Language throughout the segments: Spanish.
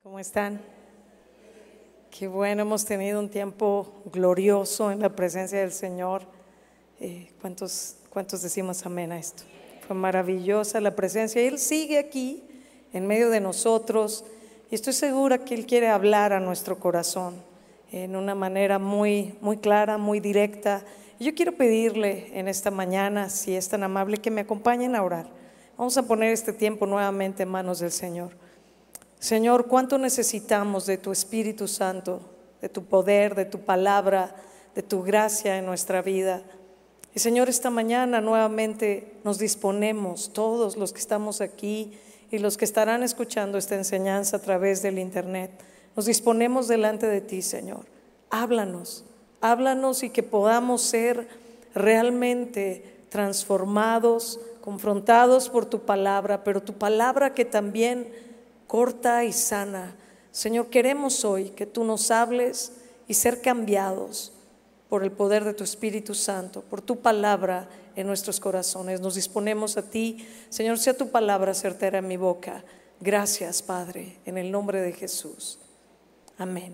¿Cómo están? Qué bueno, hemos tenido un tiempo glorioso en la presencia del Señor. ¿Cuántos decimos amén a esto? Fue maravillosa la presencia. Él sigue aquí en medio de nosotros y estoy segura que Él quiere hablar a nuestro corazón en una manera muy clara, muy directa. Y yo quiero pedirle en esta mañana, si es tan amable, que me acompañen a orar. Vamos a poner este tiempo nuevamente en manos del Señor. Señor, cuánto necesitamos de tu Espíritu Santo, de tu poder, de tu palabra, de tu gracia en nuestra vida. Y Señor, esta mañana nuevamente nos disponemos, todos los que estamos aquí y los que estarán escuchando esta enseñanza a través del internet, nos disponemos delante de ti, Señor. Háblanos y que podamos ser realmente transformados, confrontados por tu palabra, pero tu palabra que también corta y sana. Señor, queremos hoy que tú nos hables y ser cambiados por el poder de tu Espíritu Santo, por tu palabra en nuestros corazones. Nos disponemos a ti, Señor, sea tu palabra certera en mi boca. Gracias, Padre, en el nombre de Jesús. Amén.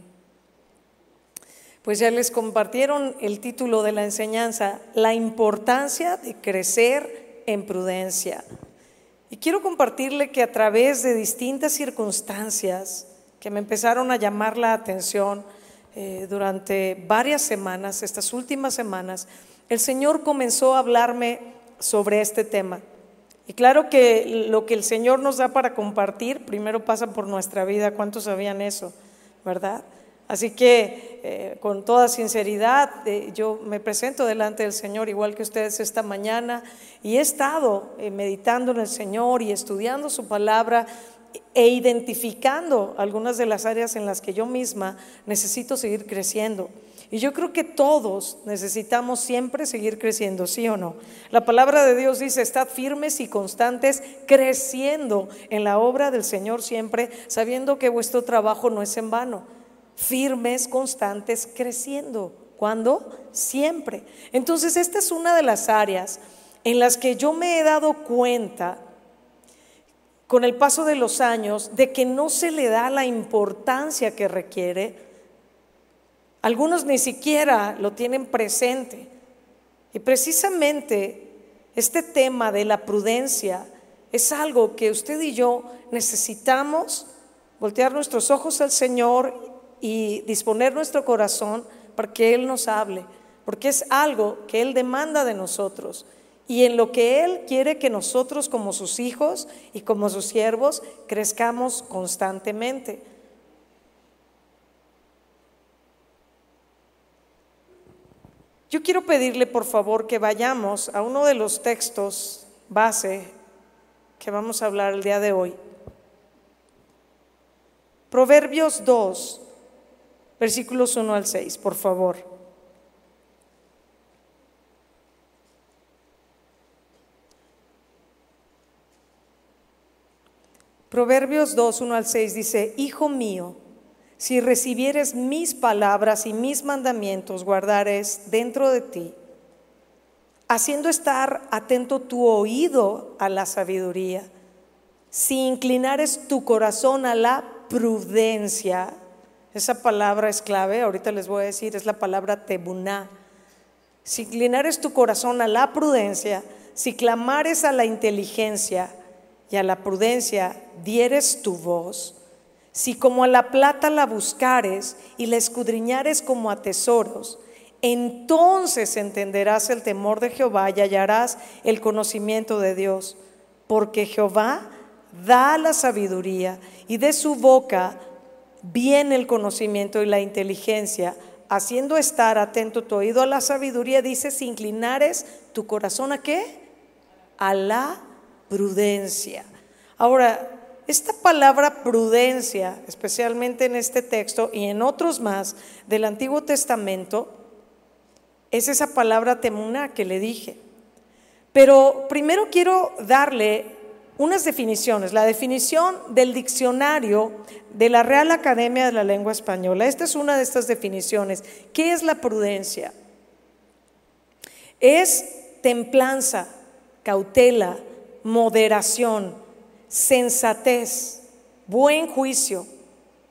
Pues ya les compartieron el título de la enseñanza, la importancia de crecer en prudencia. Y quiero compartirle que a través de distintas circunstancias que me empezaron a llamar la atención durante varias semanas, estas últimas semanas, el Señor comenzó a hablarme sobre este tema. Y claro que lo que el Señor nos da para compartir primero pasa por nuestra vida. ¿Cuántos sabían eso? ¿Verdad? Así que con toda sinceridad yo me presento delante del Señor igual que ustedes esta mañana y he estado meditando en el Señor y estudiando su palabra e identificando algunas de las áreas en las que yo misma necesito seguir creciendo. Y yo creo que todos necesitamos siempre seguir creciendo, ¿sí o no? La palabra de Dios dice: estad firmes y constantes, creciendo en la obra del Señor siempre, sabiendo que vuestro trabajo no es en vano. Firmes, constantes, creciendo. ¿Cuándo? Siempre. Entonces esta es una de las áreas en las que yo me he dado cuenta con el paso de los años de que no se le da la importancia que requiere. Algunos ni siquiera lo tienen presente. Y precisamente este tema de la prudencia es algo que usted y yo necesitamos voltear nuestros ojos al Señor y disponer nuestro corazón para que Él nos hable, porque es algo que Él demanda de nosotros y en lo que Él quiere que nosotros como sus hijos y como sus siervos crezcamos constantemente. Yo quiero pedirle por favor que vayamos a uno de los textos base que vamos a hablar el día de hoy. Proverbios 2, versículos 1 al 6, por favor. Proverbios 2, 1 al 6 dice: Hijo mío, si recibieres mis palabras y mis mandamientos guardares dentro de ti, haciendo estar atento tu oído a la sabiduría, si inclinares tu corazón a la prudencia. Esa palabra es clave, ahorita les voy a decir, es la palabra tebuná. Si inclinares tu corazón a la prudencia, si clamares a la inteligencia y a la prudencia dieres tu voz, si como a la plata la buscares y la escudriñares como a tesoros, entonces entenderás el temor de Jehová y hallarás el conocimiento de Dios, porque Jehová da la sabiduría y de su boca viene el conocimiento y la inteligencia, haciendo estar atento tu oído a la sabiduría. Dice: si inclinares tu corazón ¿a qué? A la prudencia. Ahora, esta palabra prudencia, especialmente en este texto y en otros más del Antiguo Testamento, es esa palabra temuná que le dije. Pero primero quiero darle unas definiciones. La definición del diccionario de la Real Academia de la Lengua Española. Esta es una de estas definiciones. ¿Qué es la prudencia? Es templanza, cautela, moderación, sensatez, buen juicio,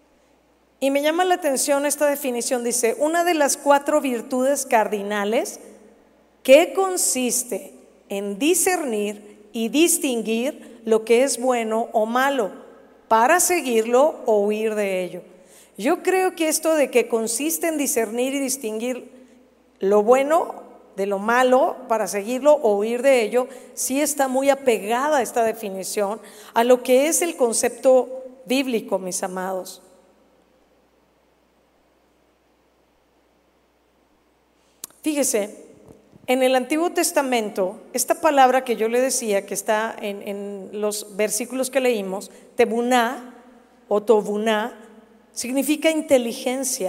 Y me llama la atención esta definición. Dice, una de las 4 virtudes cardinales que consiste en discernir y distinguir lo que es bueno o malo para seguirlo o huir de ello. Yo creo que esto de que consiste en discernir y distinguir lo bueno de lo malo para seguirlo o huir de ello, sí está muy apegada a esta definición, a lo que es el concepto bíblico, mis amados. Fíjese, en el Antiguo Testamento, esta palabra que yo le decía que está en los versículos que leímos, tebuná o tobuná, significa inteligencia,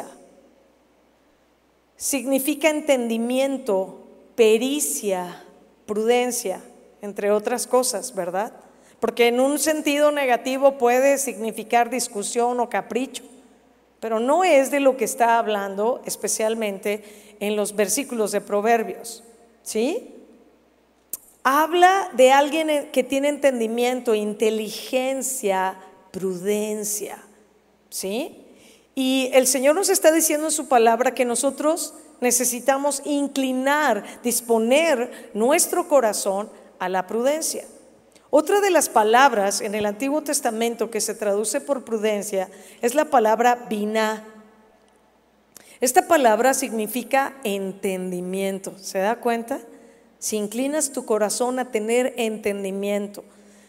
significa entendimiento, pericia, prudencia, entre otras cosas, ¿verdad? Porque en un sentido negativo puede significar discusión o capricho, pero no es de lo que está hablando especialmente en los versículos de Proverbios, ¿sí? Habla de alguien que tiene entendimiento, inteligencia, prudencia, ¿sí? Y el Señor nos está diciendo en su palabra que nosotros necesitamos inclinar, disponer nuestro corazón a la prudencia. Otra de las palabras en el Antiguo Testamento que se traduce por prudencia es la palabra biná. Esta palabra significa entendimiento. ¿Se da cuenta? Si inclinas tu corazón a tener entendimiento.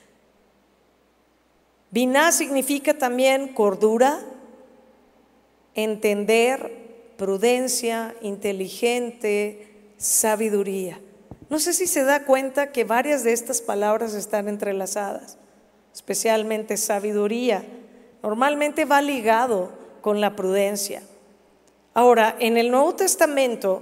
Biná significa también cordura, entender, prudencia, inteligente, sabiduría. No sé si se da cuenta que varias de estas palabras están entrelazadas, especialmente sabiduría. Normalmente va ligado con la prudencia. Ahora, en el Nuevo Testamento,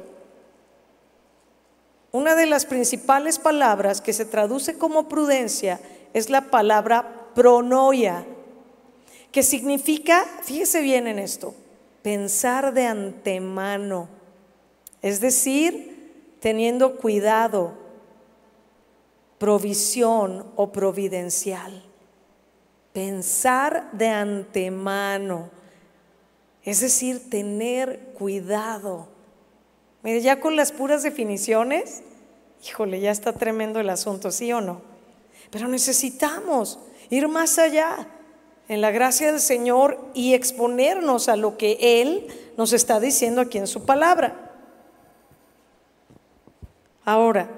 una de las principales palabras que se traduce como prudencia es la palabra pronoia, que significa, fíjese bien en esto, pensar de antemano, es decir, teniendo cuidado, provisión o providencial. Pensar de antemano, es decir, tener cuidado. Mire, ya con las puras definiciones, híjole, ya está tremendo el asunto, ¿sí o no? Pero necesitamos ir más allá en la gracia del Señor y exponernos a lo que Él nos está diciendo aquí en su palabra. Ahora,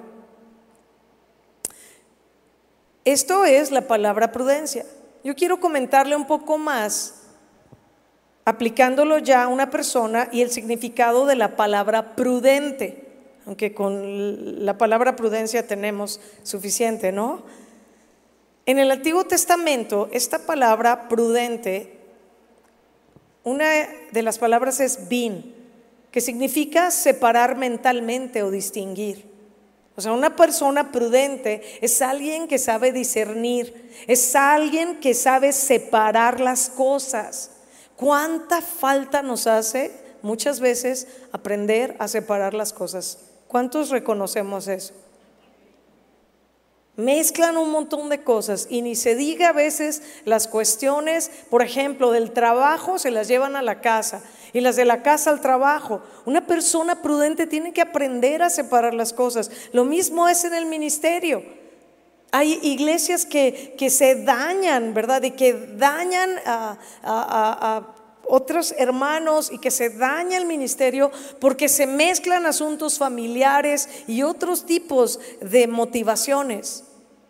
esto es la palabra prudencia. Yo quiero comentarle un poco más, aplicándolo ya a una persona y el significado de la palabra prudente, aunque con la palabra prudencia tenemos suficiente, ¿no? En el Antiguo Testamento, esta palabra prudente, una de las palabras es bin, que significa separar mentalmente o distinguir. O sea, una persona prudente es alguien que sabe discernir, es alguien que sabe separar las cosas. ¿Cuánta falta nos hace muchas veces aprender a separar las cosas? ¿Cuántos reconocemos eso? Mezclan un montón de cosas y ni se diga a veces las cuestiones, por ejemplo, del trabajo se las llevan a la casa y las de la casa al trabajo. Una persona prudente tiene que aprender a separar las cosas. Lo mismo es en el ministerio. Hay iglesias que se dañan, ¿verdad? Y que dañan a otros hermanos y que se daña el ministerio porque se mezclan asuntos familiares y otros tipos de motivaciones.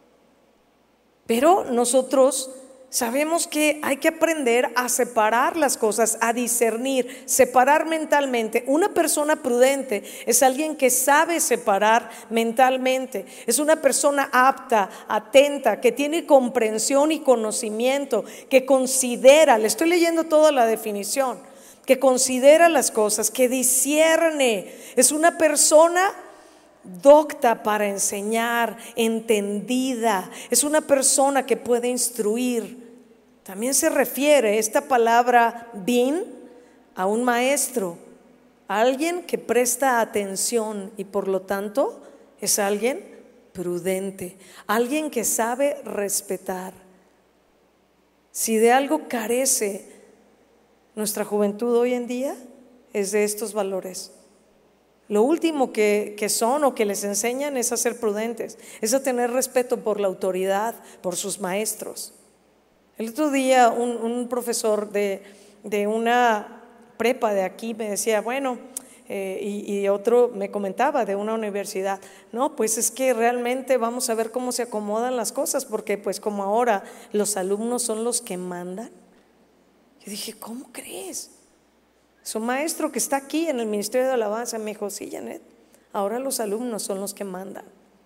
Pero nosotros sabemos que hay que aprender a separar las cosas, a discernir, separar mentalmente. Una persona prudente es alguien que sabe separar mentalmente, es una persona apta, atenta, que tiene comprensión y conocimiento, que considera, le estoy leyendo toda la definición, que considera las cosas, que discierne, es una persona docta para enseñar, entendida, es una persona que puede instruir. También se refiere esta palabra bin a un maestro, a alguien que presta atención y por lo tanto es alguien prudente, alguien que sabe respetar. Si de algo carece nuestra juventud hoy en día es de estos valores. Lo último que son o que les enseñan es a ser prudentes, es a tener respeto por la autoridad, por sus maestros. El otro día un profesor de una prepa de aquí me decía, bueno, y otro me comentaba de una universidad, no, pues es que realmente vamos a ver cómo se acomodan las cosas, porque pues como ahora los alumnos son los que mandan. Yo dije, ¿cómo crees? Su maestro que está aquí en el Ministerio de Alabanza me dijo, sí, Janet, ahora los alumnos son los que mandan.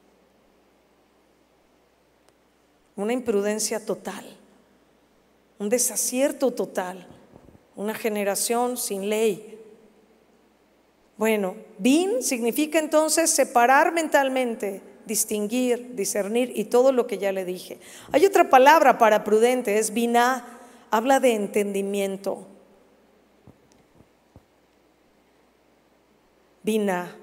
Una imprudencia total, un desacierto total, una generación sin ley. Bueno, bin significa entonces separar mentalmente, distinguir, discernir y todo lo que ya le dije. Hay otra palabra para prudente, es biná, habla de entendimiento. Biná,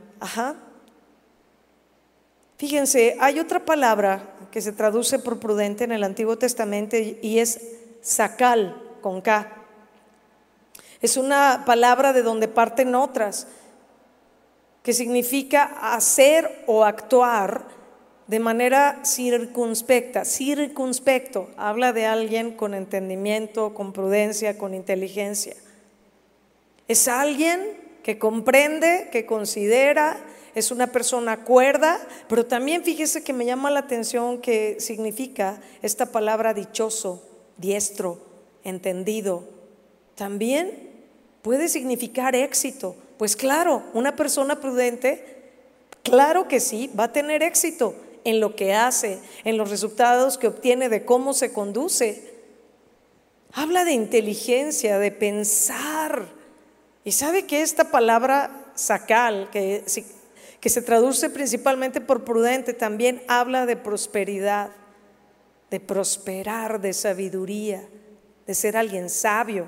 Fíjense, hay otra palabra que se traduce por prudente en el Antiguo Testamento y es sacal, con K. Es una palabra de donde parten otras, que significa hacer o actuar de manera circunspecta. Circunspecto habla de alguien con entendimiento, con prudencia, con inteligencia. Es alguien que comprende, que considera, es una persona cuerda, pero también fíjese que me llama la atención que significa esta palabra dichoso, diestro, entendido. También puede significar éxito. Pues claro, una persona prudente, claro que sí, va a tener éxito en lo que hace, en los resultados que obtiene, de cómo se conduce. Habla de inteligencia, de pensar. Y sabe que esta palabra sacal, que se traduce principalmente por prudente, también habla de prosperidad, de prosperar, de sabiduría, de ser alguien sabio.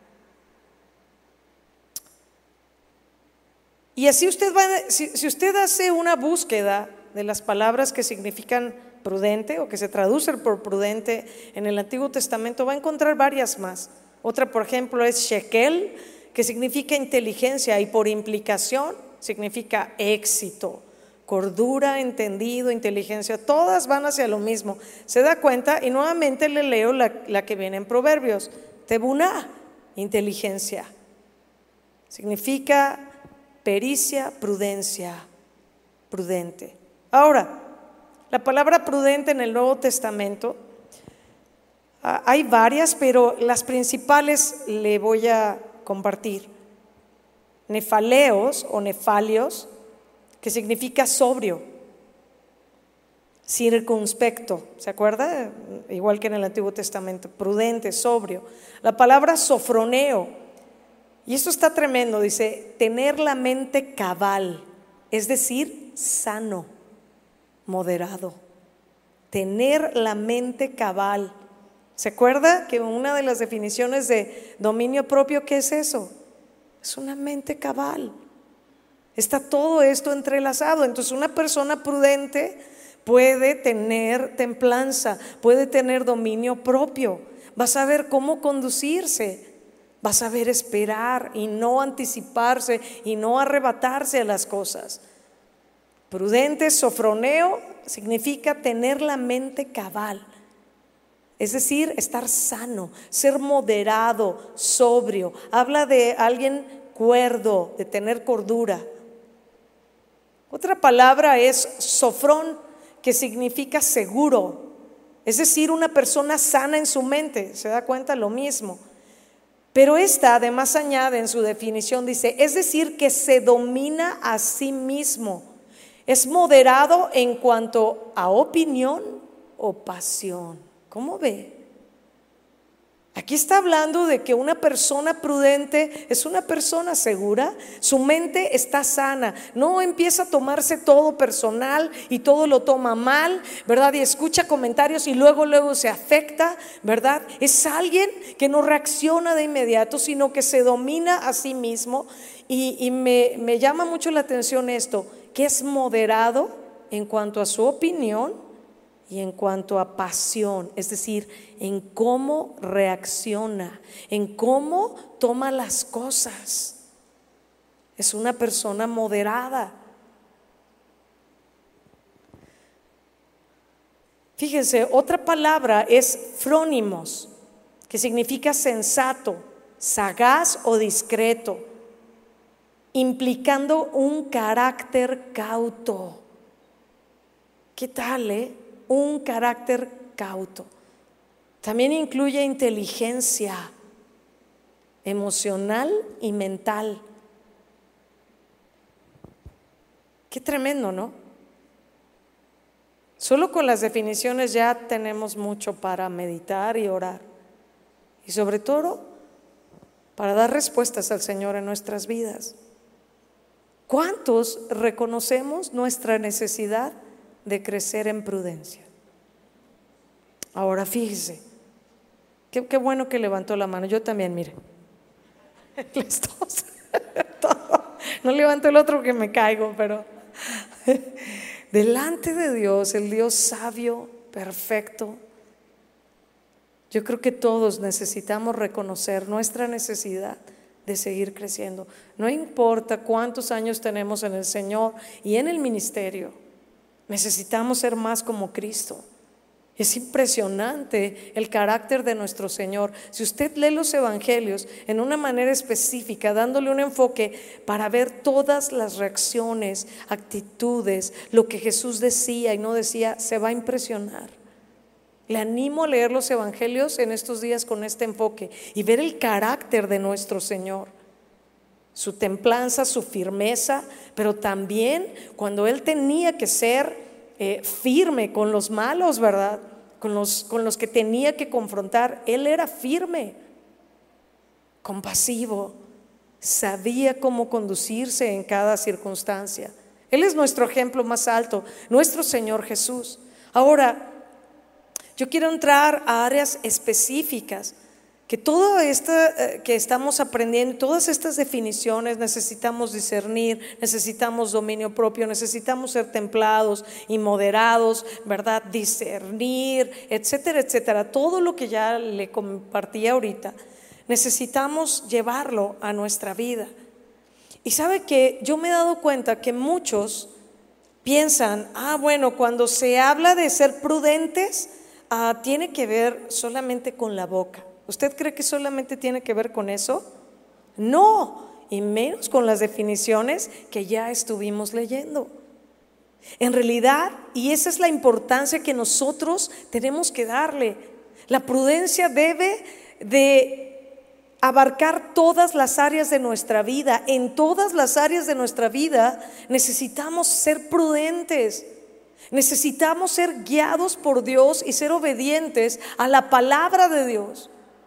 Y así si usted hace una búsqueda de las palabras que significan prudente o que se traducen por prudente en el Antiguo Testamento, va a encontrar varias más. Otra, por ejemplo, es shekel, que significa inteligencia y por implicación significa éxito, cordura, entendido, inteligencia, todas van hacia lo mismo. ¿Se da cuenta? Y nuevamente le leo la que viene en Proverbios, tebuná, inteligencia, significa pericia, prudencia, prudente. Ahora, la palabra prudente en el Nuevo Testamento, hay varias, pero las principales le voy a compartir. Nefaleos o nefalios, que significa sobrio, circunspecto, ¿se acuerda? Igual que en el Antiguo Testamento, prudente, sobrio. La palabra sofroneo, y esto está tremendo, dice, tener la mente cabal, es decir, sano, moderado. Tener la mente cabal. ¿Se acuerda que una de las definiciones de dominio propio, qué es eso? Es una mente cabal. Está todo esto entrelazado. Entonces una persona prudente puede tener templanza, puede tener dominio propio, va a saber cómo conducirse, va a saber esperar y no anticiparse y no arrebatarse a las cosas. Prudente, sofroneo, significa tener la mente cabal. Es decir, estar sano, ser moderado, sobrio. Habla de alguien cuerdo, de tener cordura. Otra palabra es sofrón, que significa seguro. Es decir, una persona sana en su mente. ¿Se da cuenta? Lo mismo. Pero esta además añade en su definición, dice, es decir, que se domina a sí mismo. Es moderado en cuanto a opinión o pasión. ¿Cómo ve? Aquí está hablando de que una persona prudente es una persona segura, su mente está sana, no empieza a tomarse todo personal y todo lo toma mal, ¿verdad? Y escucha comentarios y luego se afecta, ¿verdad? Es alguien que no reacciona de inmediato, sino que se domina a sí mismo. Y me llama mucho la atención esto, que es moderado en cuanto a su opinión y en cuanto a pasión, es decir, en cómo reacciona, en cómo toma las cosas. Es una persona moderada. Fíjense, otra palabra es frónimos, que significa sensato, sagaz o discreto, implicando un carácter cauto. ¿Qué tal, un carácter cauto? También incluye inteligencia emocional y mental. Qué tremendo, ¿no? Solo con las definiciones ya tenemos mucho para meditar y orar. Y sobre todo, para dar respuestas al Señor en nuestras vidas. ¿Cuántos reconocemos nuestra necesidad de crecer en prudencia? Ahora fíjese, qué bueno que levantó la mano. Yo también, mire. Les tos. No levanto el otro que me caigo, pero delante de Dios, el Dios sabio, perfecto, yo creo que todos necesitamos reconocer nuestra necesidad de seguir creciendo. No importa cuántos años tenemos en el Señor y en el ministerio, necesitamos ser más como Cristo. Es impresionante el carácter de nuestro Señor. Si usted lee los evangelios en una manera específica, dándole un enfoque para ver todas las reacciones, actitudes, lo que Jesús decía y no decía, se va a impresionar. Le animo a leer los evangelios en estos días con este enfoque y ver el carácter de nuestro Señor, su templanza, su firmeza, pero también cuando Él tenía que ser firme con los malos, ¿verdad? Con los que tenía que confrontar, Él era firme, compasivo, sabía cómo conducirse en cada circunstancia. Él es nuestro ejemplo más alto, nuestro Señor Jesús. Ahora, yo quiero entrar a áreas específicas que todo esto que estamos aprendiendo, todas estas definiciones, necesitamos discernir, necesitamos dominio propio, necesitamos ser templados y moderados, ¿verdad? Discernir, etcétera, etcétera. Todo lo que ya le compartí ahorita, necesitamos llevarlo a nuestra vida. Y sabe que yo me he dado cuenta que muchos piensan, bueno, cuando se habla de ser prudentes, tiene que ver solamente con la boca. ¿Usted cree que solamente tiene que ver con eso? No, y menos con las definiciones que ya estuvimos leyendo. En realidad, y esa es la importancia que nosotros tenemos que darle, la prudencia debe de abarcar todas las áreas de nuestra vida. En todas las áreas de nuestra vida necesitamos ser prudentes. Necesitamos ser guiados por Dios y ser obedientes a la palabra de Dios.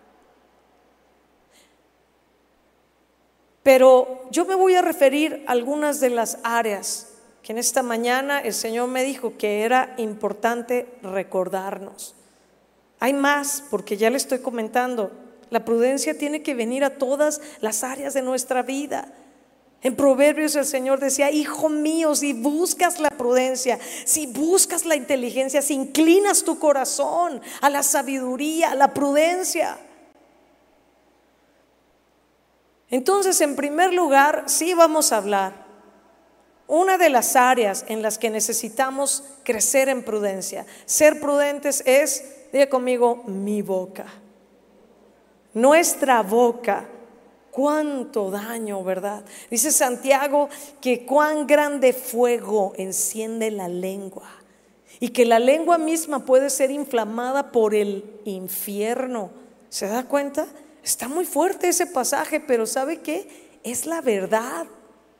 Pero yo me voy a referir a algunas de las áreas que en esta mañana el Señor me dijo que era importante recordarnos. Hay más, porque ya le estoy comentando, la prudencia tiene que venir a todas las áreas de nuestra vida. En Proverbios el Señor decía, hijo mío, si buscas la prudencia, si buscas la inteligencia, si inclinas tu corazón a la sabiduría, a la prudencia. Entonces, en primer lugar, sí vamos a hablar. Una de las áreas en las que necesitamos crecer en prudencia, ser prudentes es, diga conmigo, mi boca. Nuestra boca. Cuánto daño, ¿verdad? Dice Santiago que cuán grande fuego enciende la lengua y que la lengua misma puede ser inflamada por el infierno. ¿Se da cuenta? Está muy fuerte ese pasaje, pero ¿sabe qué? Es la verdad.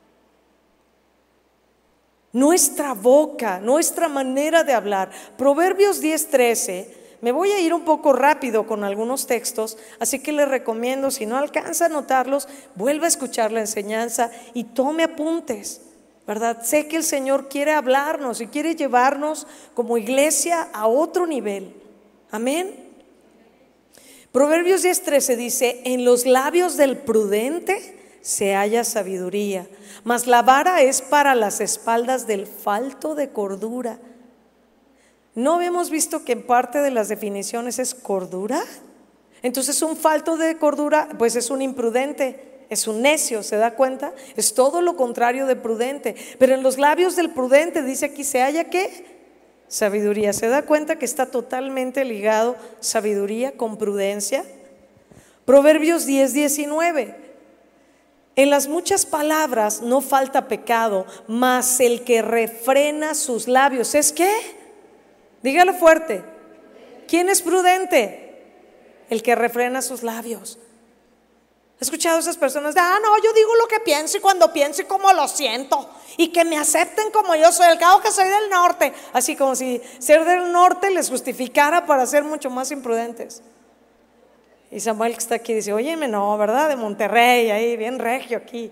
Nuestra boca, nuestra manera de hablar. Proverbios 10:13. Me voy a ir un poco rápido con algunos textos, así que les recomiendo, si no alcanza a anotarlos, vuelva a escuchar la enseñanza y tome apuntes, ¿verdad? Sé que el Señor quiere hablarnos y quiere llevarnos como iglesia a otro nivel. Amén. Proverbios 10:13 dice, en los labios del prudente se halla sabiduría, mas la vara es para las espaldas del falto de cordura. ¿No habíamos visto que en parte de las definiciones es cordura? Entonces un falto de cordura pues es un imprudente, es un necio, ¿se da cuenta? Es todo lo contrario de prudente. Pero en los labios del prudente dice aquí se halla ¿qué? Sabiduría. ¿Se da cuenta que está totalmente ligado sabiduría con prudencia? Proverbios 10:19. En las muchas palabras no falta pecado, mas el que refrena sus labios ¿es qué? Dígalo fuerte. ¿Quién es prudente? El que refrena sus labios. ¿He escuchado a esas personas? No, yo digo lo que pienso y cuando pienso y como lo siento, y que me acepten como yo soy, al cabo que soy del norte. Así como si ser del norte les justificara para ser mucho más imprudentes. Y Samuel que está aquí dice, óyeme, no, ¿verdad? De Monterrey, ahí bien regio aquí.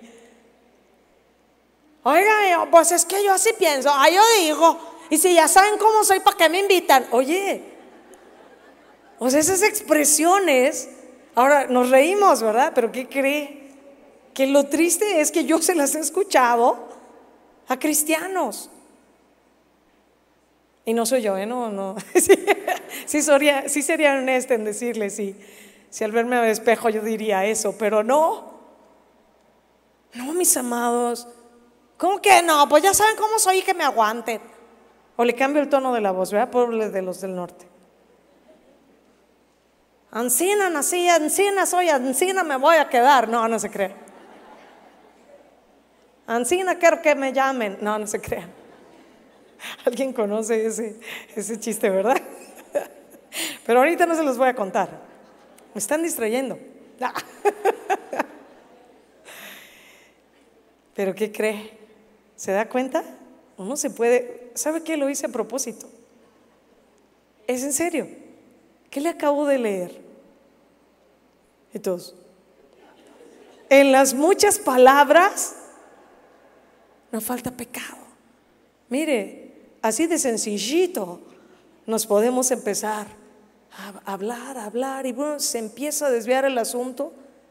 Oiga, pues es que yo así pienso, yo digo, y si ya saben cómo soy, ¿para qué me invitan? Oye, o sea, esas expresiones, ahora nos reímos, ¿verdad? Pero ¿qué cree? Que lo triste es que yo se las he escuchado a cristianos. Y no soy yo, no. Sí sería honesta en decirle, sí. Si al verme al espejo yo diría eso, pero no, mis amados. ¿Cómo que no? Pues ya saben cómo soy y que me aguanten. O le cambio el tono de la voz, ¿verdad? Pobres de los del norte. Ancina nací, ancina soy, ancina me voy a quedar. No se crean. Ancina quiero que me llamen. No se crean. Alguien conoce ese chiste, ¿verdad? Pero ahorita no se los voy a contar. Me están distrayendo. Pero ¿qué cree? ¿Se da cuenta? Uno se puede. ¿Sabe qué? Lo hice a propósito. ¿Es en serio? ¿Qué le acabo de leer? Entonces, en las muchas palabras no falta pecado. Mire, así de sencillito nos podemos empezar a hablar y bueno, se empieza a desviar el asunto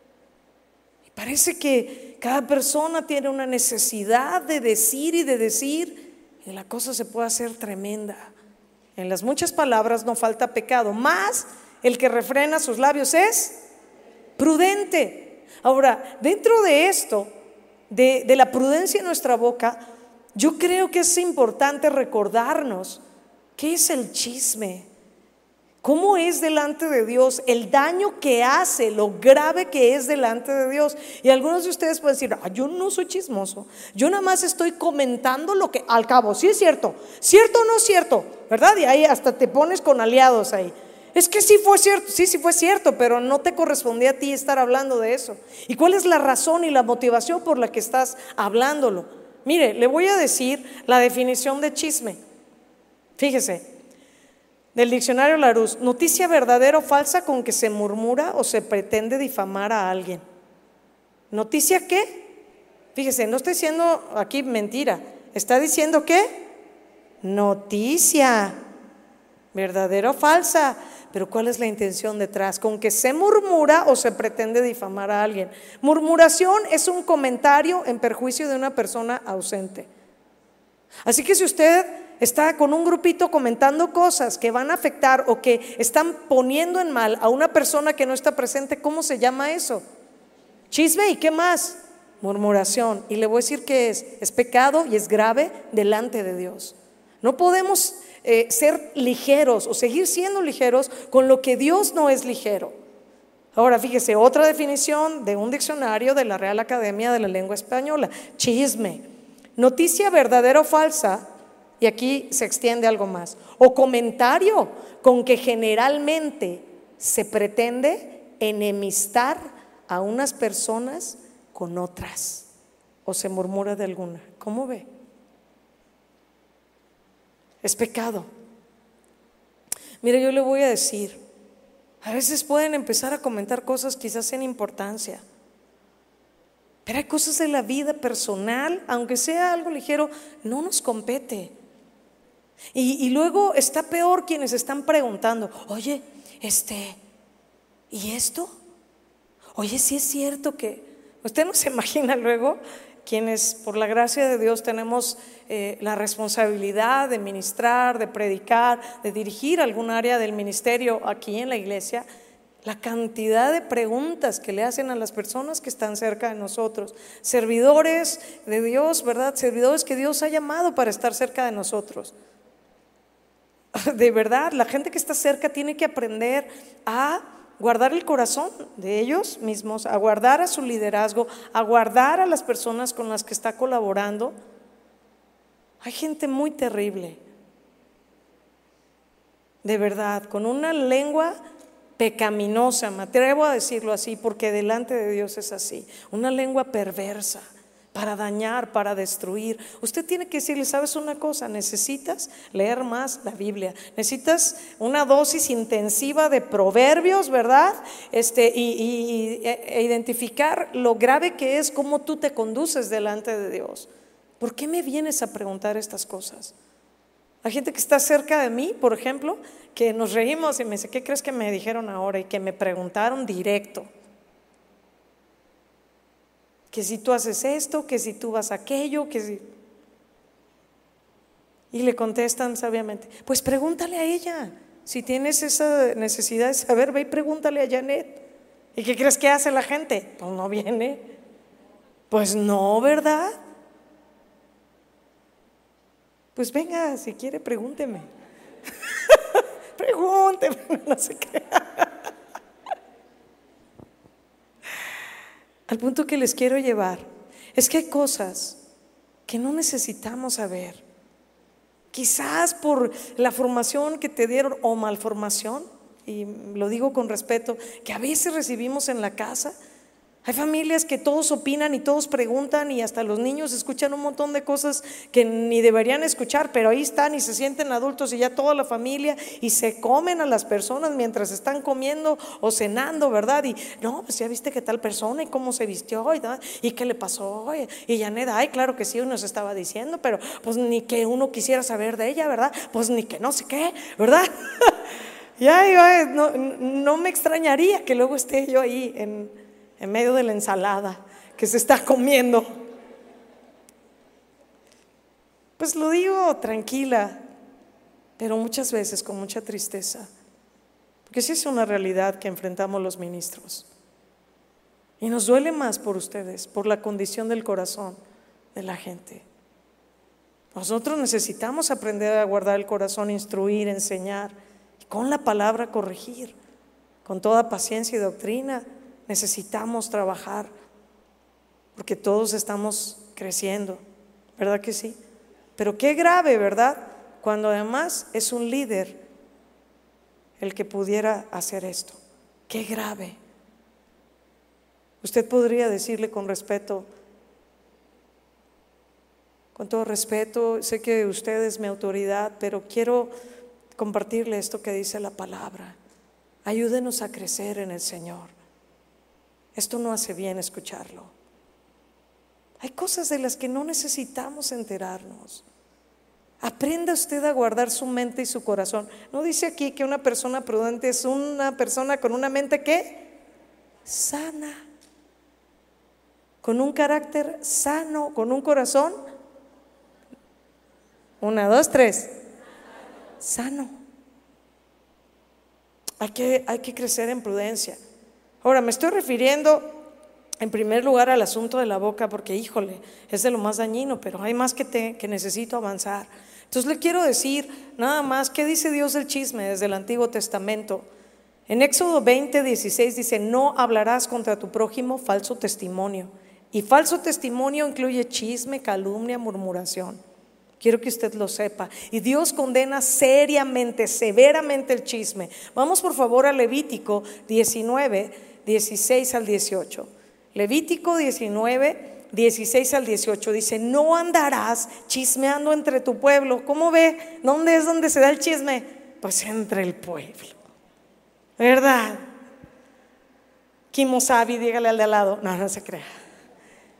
y parece que cada persona tiene una necesidad de decir y la cosa se puede hacer tremenda. En las muchas palabras no falta pecado, más el que refrena sus labios es prudente. Ahora, dentro de esto, de la prudencia en nuestra boca, yo creo que es importante recordarnos qué es el chisme, cómo es delante de Dios, el daño que hace, lo grave que es delante de Dios. Y algunos de ustedes pueden decir, yo no soy chismoso, yo nada más estoy comentando lo que al cabo, sí es cierto, cierto o no es cierto, ¿verdad? Y ahí hasta te pones con aliados ahí. Es que sí fue cierto, sí fue cierto, pero no te correspondía a ti estar hablando de eso. ¿Y cuál es la razón y la motivación por la que estás hablándolo? Mire, le voy a decir la definición de chisme. Fíjese, del diccionario Larousse: noticia verdadera o falsa con que se murmura o se pretende difamar a alguien. ¿Noticia qué? Fíjese, no estoy diciendo aquí mentira, está diciendo ¿qué? Noticia, verdadera o falsa. Pero ¿cuál es la intención detrás? Con que se murmura o se pretende difamar a alguien. Murmuración es un comentario en perjuicio de una persona ausente. Así que si usted está con un grupito comentando cosas que van a afectar o que están poniendo en mal a una persona que no está presente, ¿cómo se llama eso? Chisme. ¿Y qué más? Murmuración. Y le voy a decir que es pecado y es grave delante de Dios. No podemos ser ligeros o seguir siendo ligeros con lo que Dios no es ligero. Ahora fíjese, otra definición de un diccionario de la Real Academia de la Lengua Española: chisme, noticia verdadera o falsa, y aquí se extiende algo más, o comentario con que generalmente se pretende enemistar a unas personas con otras, o se murmura de alguna. ¿Cómo ve? Es pecado. Mire, yo le voy a decir, a veces pueden empezar a comentar cosas quizás sin importancia, pero hay cosas de la vida personal, aunque sea algo ligero, no nos compete. Y luego está peor quienes están preguntando, oye, ¿y esto? Oye, sí es cierto que… Usted no se imagina luego quienes por la gracia de Dios tenemos la responsabilidad de ministrar, de predicar, de dirigir algún área del ministerio aquí en la iglesia, la cantidad de preguntas que le hacen a las personas que están cerca de nosotros, servidores de Dios, ¿verdad? Servidores que Dios ha llamado para estar cerca de nosotros. De verdad, la gente que está cerca tiene que aprender a guardar el corazón de ellos mismos, a guardar a su liderazgo, a guardar a las personas con las que está colaborando. Hay gente muy terrible, de verdad, con una lengua pecaminosa, me atrevo a decirlo así, porque delante de Dios es así, una lengua perversa para dañar, para destruir. Usted tiene que decirle, ¿sabes una cosa? Necesitas leer más la Biblia, necesitas una dosis intensiva de proverbios, ¿verdad? E identificar lo grave que es cómo tú te conduces delante de Dios. ¿Por qué me vienes a preguntar estas cosas? Hay gente que está cerca de mí, por ejemplo, que nos reímos y me dice, ¿qué crees que me dijeron ahora? Y que me preguntaron directo, que si tú haces esto, que si tú vas a aquello, que si... Y le contestan sabiamente, pues pregúntale a ella, si tienes esa necesidad de saber, ve y pregúntale a Janet. ¿Y qué crees que hace la gente? Pues no viene. Pues no, ¿verdad? Pues venga, si quiere, pregúnteme. Pregúnteme, no sé qué. Al punto que les quiero llevar es que hay cosas que no necesitamos saber. Quizás por la formación que te dieron o malformación, y lo digo con respeto, que a veces recibimos en la casa. Hay familias que todos opinan y todos preguntan y hasta los niños escuchan un montón de cosas que ni deberían escuchar, pero ahí están y se sienten adultos y ya toda la familia y se comen a las personas mientras están comiendo o cenando, ¿verdad? Y no, pues ya viste que tal persona y cómo se vistió y qué le pasó y Janet, ay, claro que sí, uno se estaba diciendo, pero pues ni que uno quisiera saber de ella, ¿verdad? Pues ni que no sé qué, ¿verdad? Ya, no me extrañaría que luego esté yo ahí en medio de la ensalada que se está comiendo. Pues lo digo tranquila, pero muchas veces con mucha tristeza, porque sí es una realidad que enfrentamos los ministros y nos duele más por ustedes, por la condición del corazón de la gente. Nosotros necesitamos aprender a guardar el corazón, instruir, enseñar y con la palabra corregir, con toda paciencia y doctrina. Necesitamos trabajar porque todos estamos creciendo, ¿verdad que sí? Pero qué grave, ¿verdad? Cuando además es un líder el que pudiera hacer esto. Qué grave. Usted podría decirle con respeto, con todo respeto, sé que usted es mi autoridad, pero quiero compartirle esto que dice la palabra. Ayúdenos a crecer en el Señor. Esto no hace bien escucharlo. Hay cosas de las que no necesitamos enterarnos. Aprenda usted a guardar su mente y su corazón. ¿No dice aquí que una persona prudente es una persona con una mente ¿qué? Sana, con un carácter sano, con un corazón? 1, 2, 3. Sano. Hay que crecer en prudencia. Ahora, me estoy refiriendo en primer lugar al asunto de la boca, porque híjole, es de lo más dañino, pero hay más que necesito avanzar. Entonces le quiero decir nada más, ¿qué dice Dios del chisme desde el Antiguo Testamento? En Éxodo 20:16 dice, no hablarás contra tu prójimo falso testimonio. Y falso testimonio incluye chisme, calumnia, murmuración. Quiero que usted lo sepa. Y Dios condena seriamente, severamente el chisme. Vamos por favor a Levítico 19:16 al 18. Levítico 19:16 al 18 dice, no andarás chismeando entre tu pueblo. ¿Cómo ve? ¿Dónde es donde se da el chisme? Pues entre el pueblo, ¿verdad? Kimosabi, dígale al de al lado. No se crea.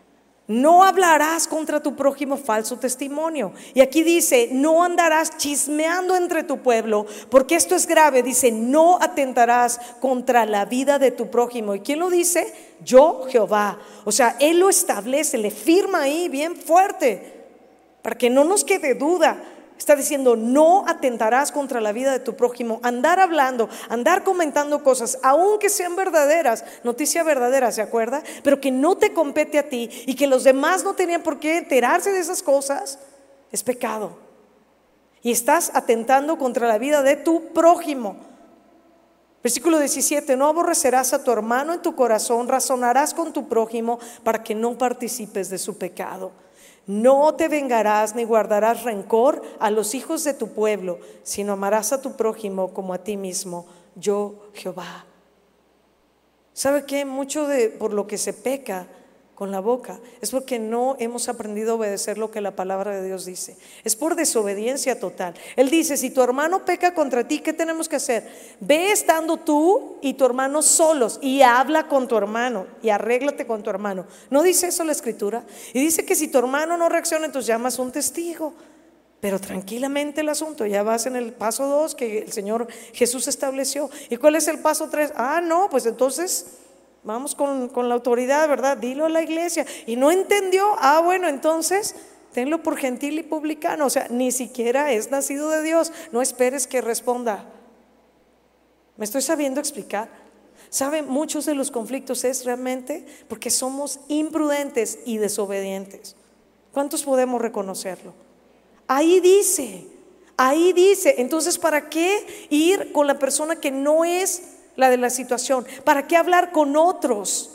No hablarás contra tu prójimo falso testimonio. Y aquí dice, no andarás chismeando entre tu pueblo, porque esto es grave. Dice, no atentarás contra la vida de tu prójimo. ¿Y quién lo dice? Yo, Jehová. O sea, Él lo establece, le firma ahí bien fuerte, para que no nos quede duda. Está diciendo, no atentarás contra la vida de tu prójimo. Andar hablando, andar comentando cosas, aunque sean verdaderas, noticia verdadera, ¿se acuerda? Pero que no te compete a ti y que los demás no tenían por qué enterarse de esas cosas, es pecado. Y estás atentando contra la vida de tu prójimo. Versículo 17, no aborrecerás a tu hermano en tu corazón, razonarás con tu prójimo para que no participes de su pecado. No te vengarás ni guardarás rencor a los hijos de tu pueblo, sino amarás a tu prójimo como a ti mismo, yo Jehová. ¿Sabe qué? Mucho de por lo que se peca con la boca es porque no hemos aprendido a obedecer lo que la palabra de Dios dice. Es por desobediencia total. Él dice, si tu hermano peca contra ti, ¿qué tenemos que hacer? Ve estando tú y tu hermano solos y habla con tu hermano y arréglate con tu hermano. ¿No dice eso la escritura? Y dice que si tu hermano no reacciona, entonces llamas a un testigo. Pero tranquilamente el asunto, ya vas en el paso 2 que el Señor Jesús estableció. ¿Y cuál es el paso 3? No, pues entonces vamos con la autoridad, ¿verdad? Dilo a la iglesia. Y no entendió, bueno, entonces tenlo por gentil y publicano. O sea, ni siquiera es nacido de Dios. No esperes que responda. ¿Me estoy sabiendo explicar? ¿Saben? Muchos de los conflictos es realmente porque somos imprudentes y desobedientes. ¿Cuántos podemos reconocerlo? Ahí dice. Entonces, ¿para qué ir con la persona que no es la de la situación? ¿Para qué hablar con otros?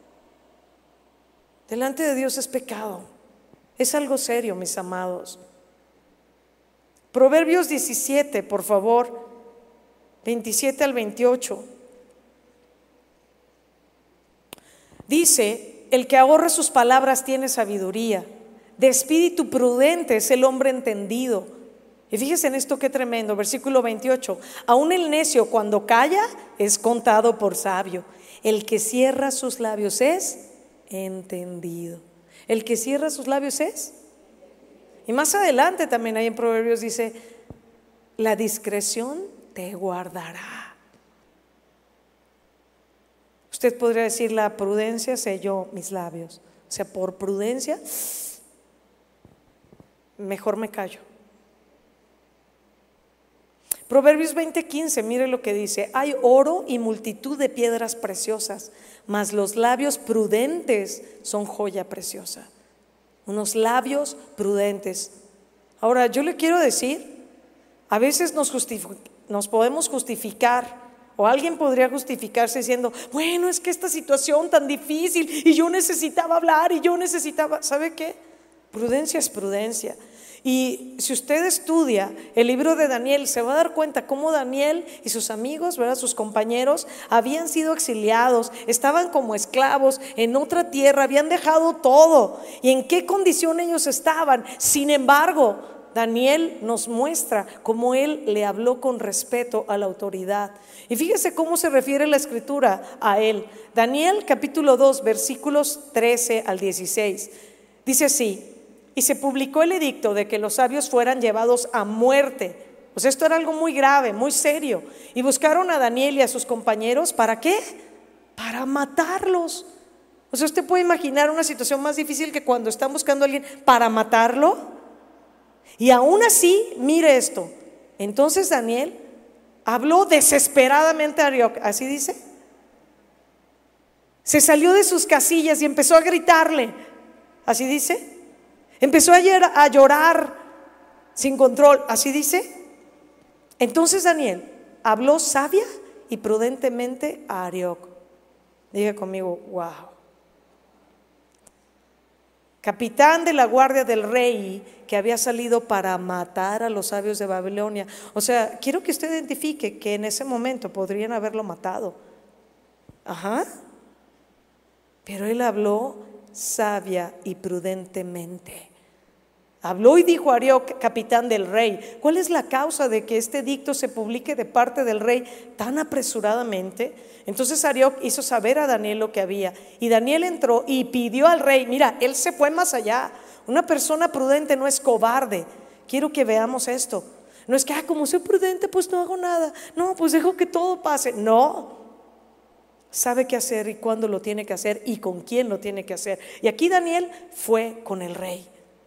Delante de Dios es pecado. Es algo serio, mis amados. Proverbios 17, por favor, 27 al 28. Dice, el que ahorra sus palabras tiene sabiduría, de espíritu prudente es el hombre entendido. Y fíjese en esto qué tremendo, versículo 28. Aún el necio cuando calla es contado por sabio. El que cierra sus labios es entendido. El que cierra sus labios es. Y más adelante también ahí en Proverbios dice, la discreción te guardará. Usted podría decir, la prudencia selló mis labios. O sea, por prudencia, mejor me callo. Proverbios 20:15, mire lo que dice, hay oro y multitud de piedras preciosas, mas los labios prudentes son joya preciosa. Unos labios prudentes. Ahora, yo le quiero decir, a veces nos podemos justificar, o alguien podría justificarse diciendo, bueno, es que esta situación tan difícil y yo necesitaba hablar y yo necesitaba, ¿sabe qué? Prudencia es prudencia. Y si usted estudia el libro de Daniel, se va a dar cuenta cómo Daniel y sus amigos, ¿verdad?, sus compañeros, habían sido exiliados, estaban como esclavos en otra tierra, habían dejado todo. ¿Y en qué condición ellos estaban? Sin embargo, Daniel nos muestra cómo él le habló con respeto a la autoridad. Y fíjese cómo se refiere la escritura a él. Daniel capítulo 2 versículos 13 al 16. Dice así, y se publicó el edicto de que los sabios fueran llevados a muerte. Pues esto era algo muy grave, muy serio. Y buscaron a Daniel y a sus compañeros, ¿para qué? Para matarlos. O sea, usted puede imaginar una situación más difícil que cuando están buscando a alguien para matarlo. Y aún así, mire esto. Entonces Daniel habló desesperadamente a Arioc, así dice. Se salió de sus casillas y empezó a gritarle, así dice. Empezó a llorar sin control, así dice. Entonces Daniel habló sabia y prudentemente a Arioc. Diga conmigo, wow. Capitán de la guardia del rey que había salido para matar a los sabios de Babilonia. O sea, quiero que usted identifique que en ese momento podrían haberlo matado. Pero él habló sabia y prudentemente. Habló y dijo a Arioc, capitán del rey: ¿cuál es la causa de que este edicto se publique de parte del rey tan apresuradamente? Entonces Arioc hizo saber a Daniel lo que había, y Daniel entró y pidió al rey. Mira, él se fue más allá. Una persona prudente no es cobarde. Quiero que veamos esto. No es que como soy prudente pues no hago nada, no, pues dejo que todo pase. No, sabe qué hacer y cuándo lo tiene que hacer y con quién lo tiene que hacer. Y aquí Daniel fue con el rey.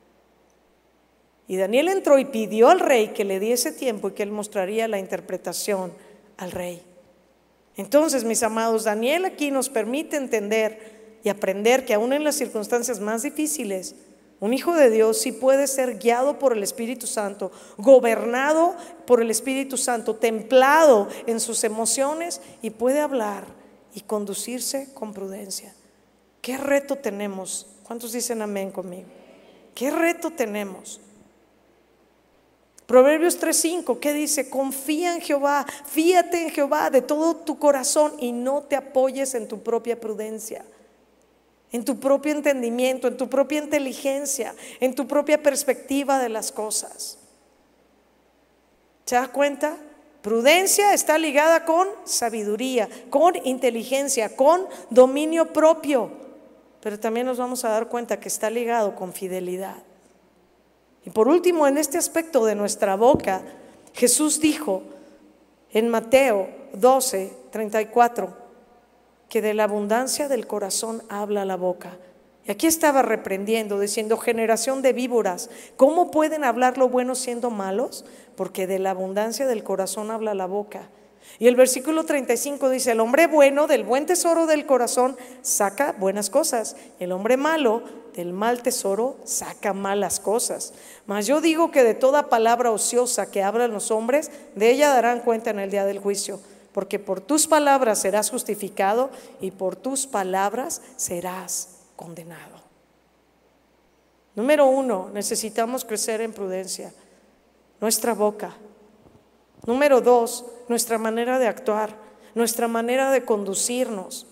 Y Daniel entró y pidió al rey que le diese tiempo y que él mostraría la interpretación al rey. Entonces, mis amados, Daniel aquí nos permite entender y aprender que aún en las circunstancias más difíciles, un hijo de Dios sí puede ser guiado por el Espíritu Santo, gobernado por el Espíritu Santo, templado en sus emociones, y puede hablar y conducirse con prudencia. ¿Qué reto tenemos? ¿Cuántos dicen amén conmigo? ¿Qué reto tenemos? Proverbios 3:5, ¿qué dice? Confía en Jehová, fíate en Jehová de todo tu corazón y no te apoyes en tu propia prudencia, en tu propio entendimiento, en tu propia inteligencia, en tu propia perspectiva de las cosas. ¿Se da cuenta? Prudencia está ligada con sabiduría, con inteligencia, con dominio propio, pero también nos vamos a dar cuenta que está ligado con fidelidad. Y por último, en este aspecto de nuestra boca, Jesús dijo en Mateo 12:34 que de la abundancia del corazón habla la boca. Y aquí estaba reprendiendo, diciendo: generación de víboras, ¿cómo pueden hablar lo bueno siendo malos? Porque de la abundancia del corazón habla la boca. Y el versículo 35 dice: el hombre bueno del buen tesoro del corazón saca buenas cosas, el hombre malo del mal tesoro saca malas cosas. Mas yo digo que de toda palabra ociosa que hablan los hombres, de ella darán cuenta en el día del juicio. Porque por tus palabras serás justificado y por tus palabras serás condenado. Número 1, necesitamos crecer en prudencia. Nuestra boca. Número 2, nuestra manera de actuar, nuestra manera de conducirnos.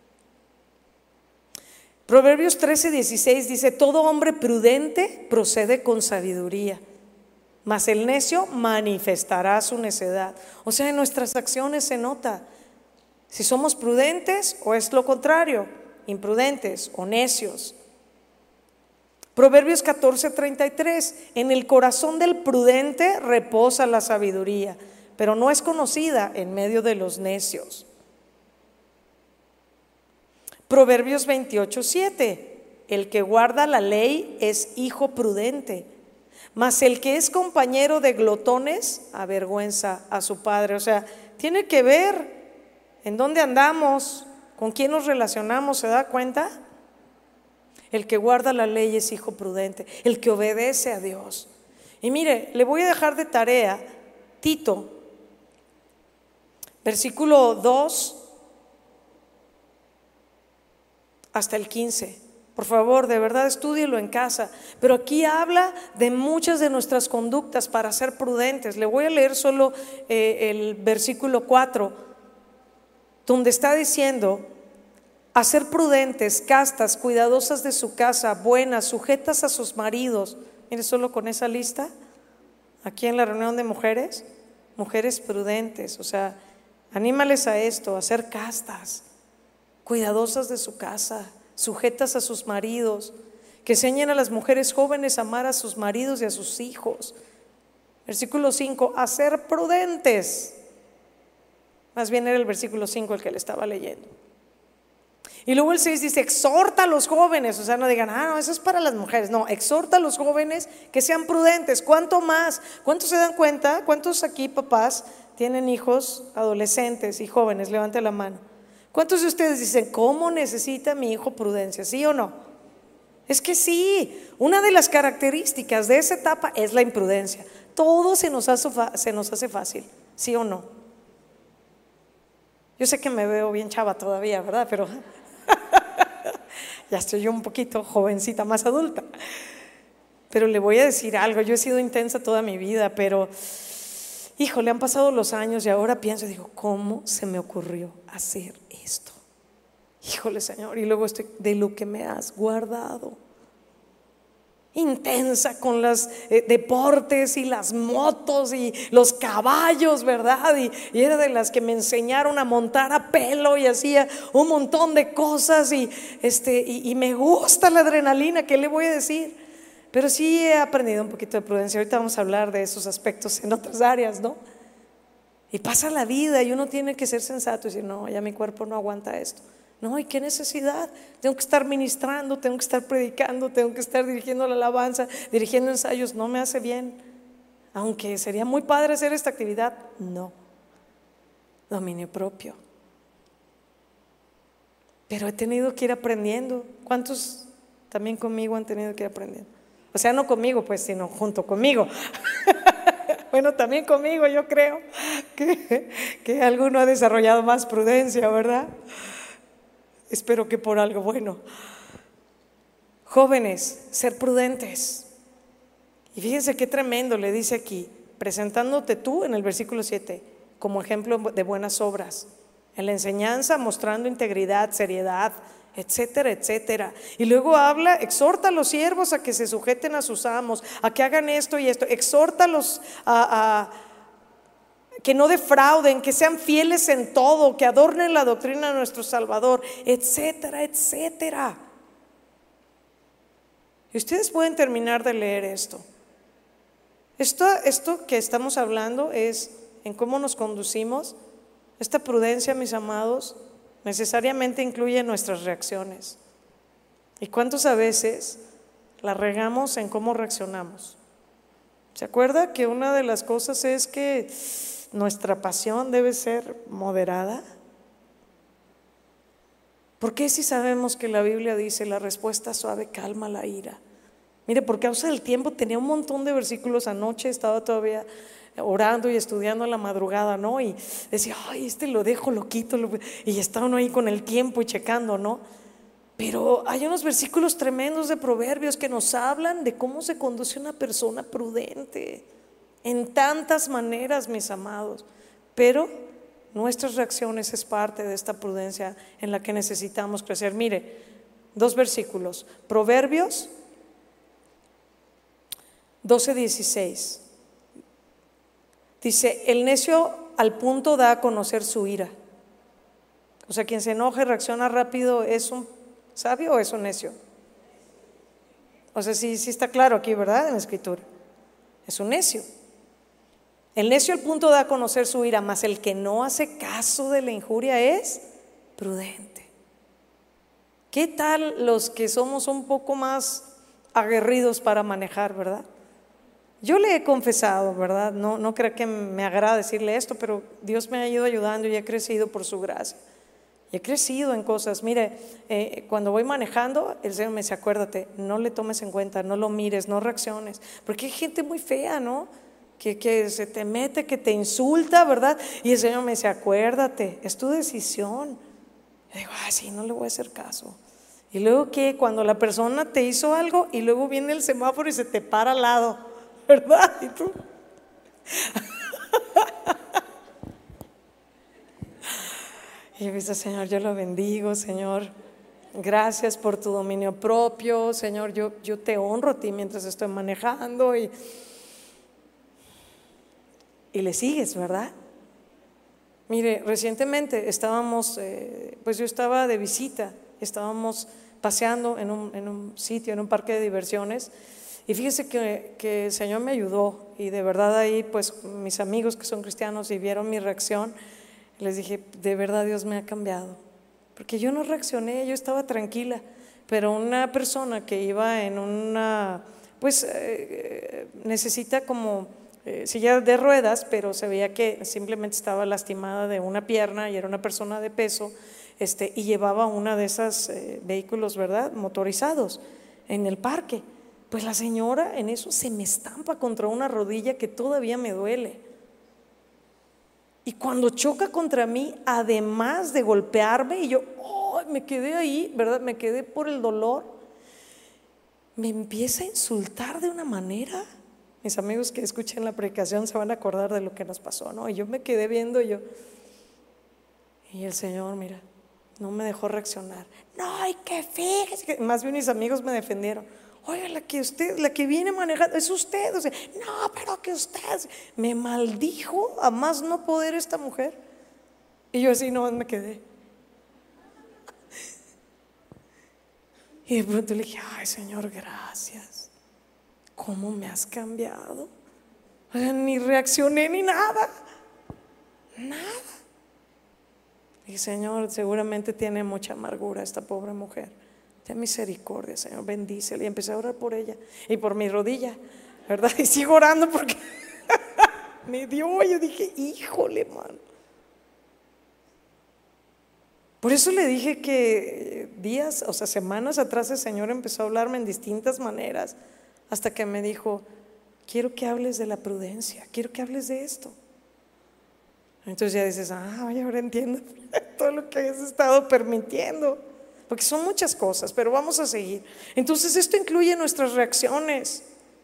Proverbios 13:16 dice: todo hombre prudente procede con sabiduría, mas el necio manifestará su necedad. O sea, en nuestras acciones se nota si somos prudentes o es lo contrario, imprudentes o necios. Proverbios 14:33, en el corazón del prudente reposa la sabiduría, pero no es conocida en medio de los necios. Proverbios 28:7, el que guarda la ley es hijo prudente, mas el que es compañero de glotones avergüenza a su padre. O sea, tiene que ver en dónde andamos, con quién nos relacionamos. ¿Se da cuenta? El que guarda la ley es hijo prudente, el que obedece a Dios. Y mire, le voy a dejar de tarea Tito, versículo 2 hasta el 15. Por favor, de verdad, estúdielo en casa. Pero aquí habla de muchas de nuestras conductas para ser prudentes. Le voy a leer solo el versículo 4, donde está diciendo: a ser prudentes, castas, cuidadosas de su casa, buenas, sujetas a sus maridos. Mire, solo con esa lista, aquí en la reunión de mujeres, mujeres prudentes. O sea, anímales a esto, a ser castas, cuidadosas de su casa, sujetas a sus maridos, que enseñen a las mujeres jóvenes a amar a sus maridos y a sus hijos. Versículo 5, a ser prudentes. Más bien era el versículo 5 el que le estaba leyendo. Y luego el 6 dice: exhorta a los jóvenes. O sea, no digan: no, eso es para las mujeres. No, exhorta a los jóvenes que sean prudentes. ¿Cuánto más? ¿Cuántos se dan cuenta? ¿Cuántos aquí, papás, tienen hijos adolescentes y jóvenes? Levante la mano. ¿Cuántos de ustedes dicen: ¿cómo necesita mi hijo prudencia? ¿Sí o no? Es que sí. Una de las características de esa etapa es la imprudencia. Todo se nos hace fácil. ¿Sí o no? Yo sé que me veo bien chava todavía, ¿verdad? Pero ya estoy yo un poquito jovencita, más adulta. Pero le voy a decir algo: yo he sido intensa toda mi vida, pero híjole, han pasado los años y ahora pienso, digo, ¿cómo se me ocurrió hacer esto? Híjole, Señor, y luego estoy: de lo que me has guardado. intensa con los deportes y las motos y los caballos, ¿verdad? Y era de las que me enseñaron a montar a pelo y hacía un montón de cosas y me gusta la adrenalina, ¿qué le voy a decir? Pero sí he aprendido un poquito de prudencia. Ahorita vamos a hablar de esos aspectos en otras áreas, ¿no? Y pasa la vida y uno tiene que ser sensato y decir, no, ya mi cuerpo no aguanta esto. No, ¿y qué necesidad? Tengo que estar ministrando, tengo que estar predicando, tengo que estar dirigiendo la alabanza, dirigiendo ensayos. No me hace bien. Aunque sería muy padre hacer esta actividad, no. Dominio propio. Pero he tenido que ir aprendiendo. ¿Cuántos también conmigo han tenido que ir aprendiendo? O sea, no conmigo, pues, sino junto conmigo. Bueno, también conmigo, yo creo que alguno ha desarrollado más prudencia, ¿verdad? Espero que por algo bueno. Jóvenes, ser prudentes. Y fíjense qué tremendo le dice aquí, presentándote tú en el versículo 7 como ejemplo de buenas obras, en la enseñanza mostrando integridad, seriedad, etcétera, etcétera. Y luego habla, exhorta a los siervos a que se sujeten a sus amos, a que hagan esto y esto, exhórtalos a que no defrauden, que sean fieles en todo, que adornen la doctrina de nuestro Salvador, etcétera, etcétera. Y ustedes pueden terminar de leer esto. Esto que estamos hablando es en cómo nos conducimos. Esta prudencia, mis amados, necesariamente incluye nuestras reacciones. ¿Y cuántos a veces la regamos en cómo reaccionamos? ¿Se acuerda que una de las cosas es que nuestra pasión debe ser moderada? ¿Por qué si sabemos que la Biblia dice la respuesta suave calma la ira? Mire, por causa del tiempo tenía un montón de versículos anoche, estaba todavía orando y estudiando a la madrugada, ¿no? Y decía, ay, lo dejo, lo quito, y está uno ahí con el tiempo y checando, ¿no? Pero hay unos versículos tremendos de Proverbios que nos hablan de cómo se conduce una persona prudente en tantas maneras, mis amados. Pero nuestras reacciones es parte de esta prudencia en la que necesitamos crecer. Mire, 2 versículos, Proverbios 12:16. Dice, el necio al punto da a conocer su ira. O sea, quien se enoja y reacciona rápido, ¿es un sabio o es un necio? O sea, sí está claro aquí, ¿verdad? En la escritura. Es un necio. El necio al punto da a conocer su ira, mas el que no hace caso de la injuria es prudente. ¿Qué tal los que somos un poco más aguerridos para manejar, verdad? Yo le he confesado, ¿verdad? No creo que me agrada decirle esto, pero Dios me ha ido ayudando y he crecido por su gracia. Y he crecido en cosas. Mire, cuando voy manejando, el Señor me dice, acuérdate, no le tomes en cuenta, no lo mires, no reacciones. Porque hay gente muy fea, ¿no? Que se te mete, que te insulta, ¿verdad? Y el Señor me dice, acuérdate, es tu decisión. Y digo, sí, no le voy a hacer caso. Y luego que cuando la persona te hizo algo y luego viene el semáforo y se te para al lado, ¿verdad? Y tú y dice, Señor, yo lo bendigo, Señor, gracias por tu dominio propio, Señor, yo te honro a ti mientras estoy manejando y le sigues, ¿verdad? Mire, recientemente estábamos, pues yo estaba de visita, estábamos paseando en un sitio, en un parque de diversiones. Y fíjese que el Señor me ayudó y de verdad ahí pues mis amigos que son cristianos y vieron mi reacción, les dije, de verdad Dios me ha cambiado, porque yo no reaccioné, yo estaba tranquila, pero una persona que iba en una, pues necesita como silla de ruedas, pero se veía que simplemente estaba lastimada de una pierna y era una persona de peso, y llevaba una de esas vehículos, ¿verdad?, motorizados en el parque. Pues la señora en eso se me estampa contra una rodilla que todavía me duele. Y cuando choca contra mí, además de golpearme, y yo me quedé ahí, ¿verdad? Me quedé por el dolor. Me empieza a insultar de una manera. Mis amigos que escuchen la predicación se van a acordar de lo que nos pasó, ¿no? Y yo me quedé viendo y el Señor, mira, No me dejó reaccionar. No, y que fíjese. Más bien mis amigos me defendieron. Oiga, la que viene manejando es usted. O sea, no, pero que usted. Me maldijo a más no poder esta mujer. Y yo así no me quedé. Y de pronto le dije, ay Señor, gracias. ¿Cómo me has cambiado? O sea, ni reaccioné ni nada. Nada. Y Señor, seguramente tiene mucha amargura esta pobre mujer. Ten misericordia, Señor, bendícela. Y empecé a orar por ella y por mi rodilla, ¿verdad? Y sigo orando porque me dio. Yo dije, híjole, mano. Por eso le dije que días, o sea, semanas atrás el Señor empezó a hablarme en distintas maneras, hasta que me dijo, quiero que hables de la prudencia, quiero que hables de esto. Entonces ya dices, oye, ahora entiendo todo lo que has estado permitiendo, porque son muchas cosas, pero vamos a seguir. Entonces esto incluye nuestras reacciones.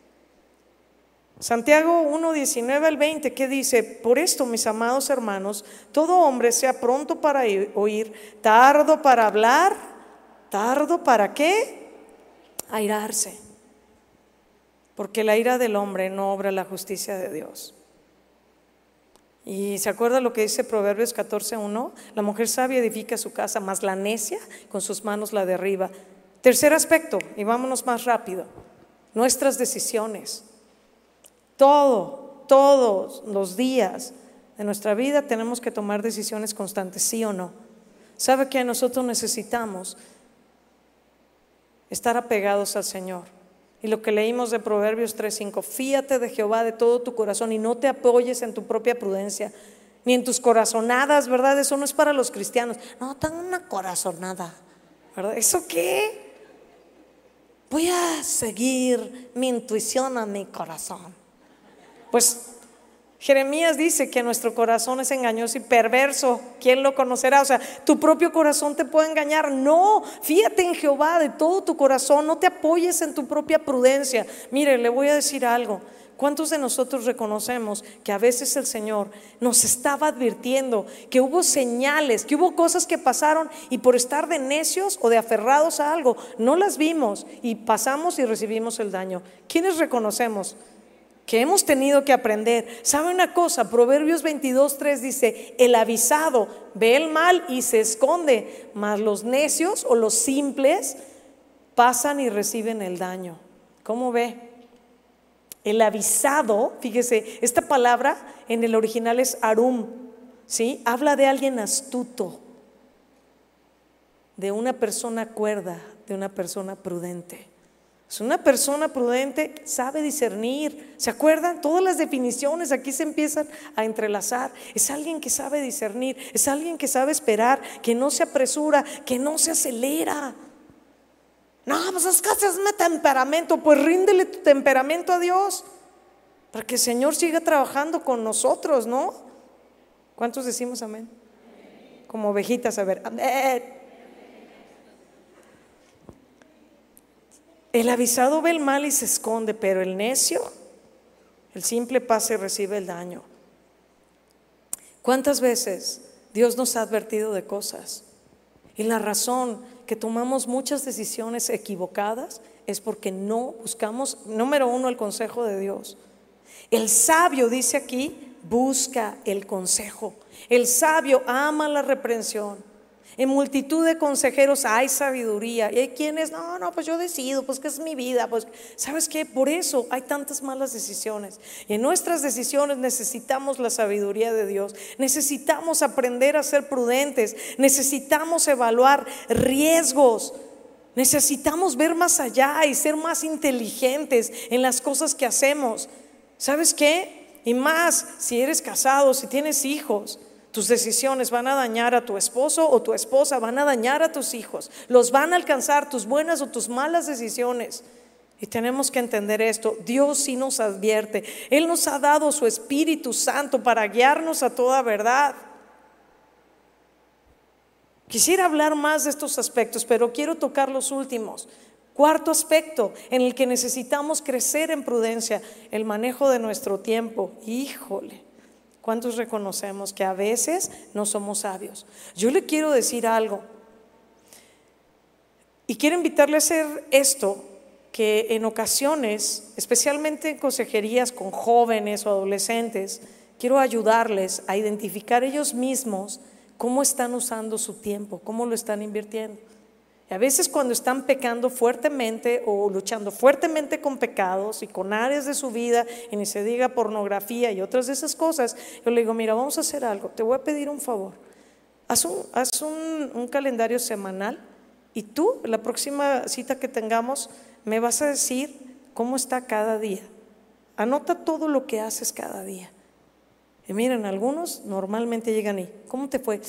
Santiago 1:19 al 20, ¿qué dice? Por esto, mis amados hermanos, todo hombre sea pronto para oír, tardo para hablar, tardo para ¿qué? Airarse, porque la ira del hombre no obra la justicia de Dios. Y ¿se acuerda lo que dice Proverbios 14:1? La mujer sabia edifica su casa, mas la necia con sus manos la derriba. Tercer aspecto, y vámonos más rápido, nuestras decisiones. Todos los días de nuestra vida tenemos que tomar decisiones constantes, ¿sí o no? ¿Sabe que nosotros necesitamos estar apegados al Señor? Y lo que leímos de Proverbios 3:5, fíate de Jehová de todo tu corazón y no te apoyes en tu propia prudencia, ni en tus corazonadas, ¿verdad? Eso no es para los cristianos. No, tengo una corazonada, ¿verdad? ¿Eso qué? Voy a seguir mi intuición a mi corazón. Pues Jeremías dice que nuestro corazón es engañoso y perverso. ¿Quién lo conocerá? O sea, tu propio corazón te puede engañar. No, fíjate en Jehová de todo tu corazón, no te apoyes en tu propia prudencia. Mire, le voy a decir algo. ¿Cuántos de nosotros reconocemos que a veces el Señor nos estaba advirtiendo, que hubo señales, que hubo cosas que pasaron y por estar de necios o de aferrados a algo, no las vimos y pasamos y recibimos el daño? ¿Quiénes reconocemos que hemos tenido que aprender? ¿Sabe una cosa? Proverbios 22:3 dice, el avisado ve el mal y se esconde, mas los necios o los simples pasan y reciben el daño. ¿Cómo ve? El avisado, fíjese, esta palabra en el original es arum, ¿sí? Habla de alguien astuto, de una persona cuerda, de una persona prudente. Es una persona prudente, sabe discernir. ¿Se acuerdan? Todas las definiciones aquí se empiezan a entrelazar. Es alguien que sabe discernir, es alguien que sabe esperar, que no se apresura, que no se acelera. No, pues es que ese es mi temperamento. Pues ríndele tu temperamento a Dios para que el Señor siga trabajando con nosotros, ¿no? ¿Cuántos decimos amén? Como ovejitas, a ver, amén. El avisado ve el mal y se esconde, pero el necio, el simple pasa y recibe el daño. ¿Cuántas veces Dios nos ha advertido de cosas? Y la razón que tomamos muchas decisiones equivocadas es porque no buscamos, número uno, el consejo de Dios. El sabio, dice aquí, busca el consejo. El sabio ama la reprensión. En multitud de consejeros hay sabiduría. Y hay quienes, no, pues yo decido, pues que es mi vida. Pues, ¿sabes qué? Por eso hay tantas malas decisiones. Y en nuestras decisiones necesitamos la sabiduría de Dios. Necesitamos aprender a ser prudentes. Necesitamos evaluar riesgos. Necesitamos ver más allá y ser más inteligentes en las cosas que hacemos. ¿Sabes qué? Y más si eres casado, si tienes hijos. Tus decisiones van a dañar a tu esposo o tu esposa, van a dañar a tus hijos, los van a alcanzar tus buenas o tus malas decisiones. Y tenemos que entender esto. Dios sí nos advierte. Él nos ha dado su Espíritu Santo para guiarnos a toda verdad. Quisiera hablar más de estos aspectos, pero quiero tocar los últimos. Cuarto aspecto en el que necesitamos crecer en prudencia, el manejo de nuestro tiempo. Híjole, ¿cuántos reconocemos que a veces no somos sabios? Yo le quiero decir algo. Y quiero invitarle a hacer esto, que en ocasiones, especialmente en consejerías con jóvenes o adolescentes, quiero ayudarles a identificar ellos mismos cómo están usando su tiempo, cómo lo están invirtiendo. Y a veces cuando están pecando fuertemente o luchando fuertemente con pecados y con áreas de su vida, y ni se diga pornografía y otras de esas cosas, yo le digo, mira, vamos a hacer algo, te voy a pedir un favor. Haz un calendario semanal y tú, la próxima cita que tengamos, me vas a decir cómo está cada día. Anota todo lo que haces cada día. Y miren, algunos normalmente llegan y, ¿cómo te fue?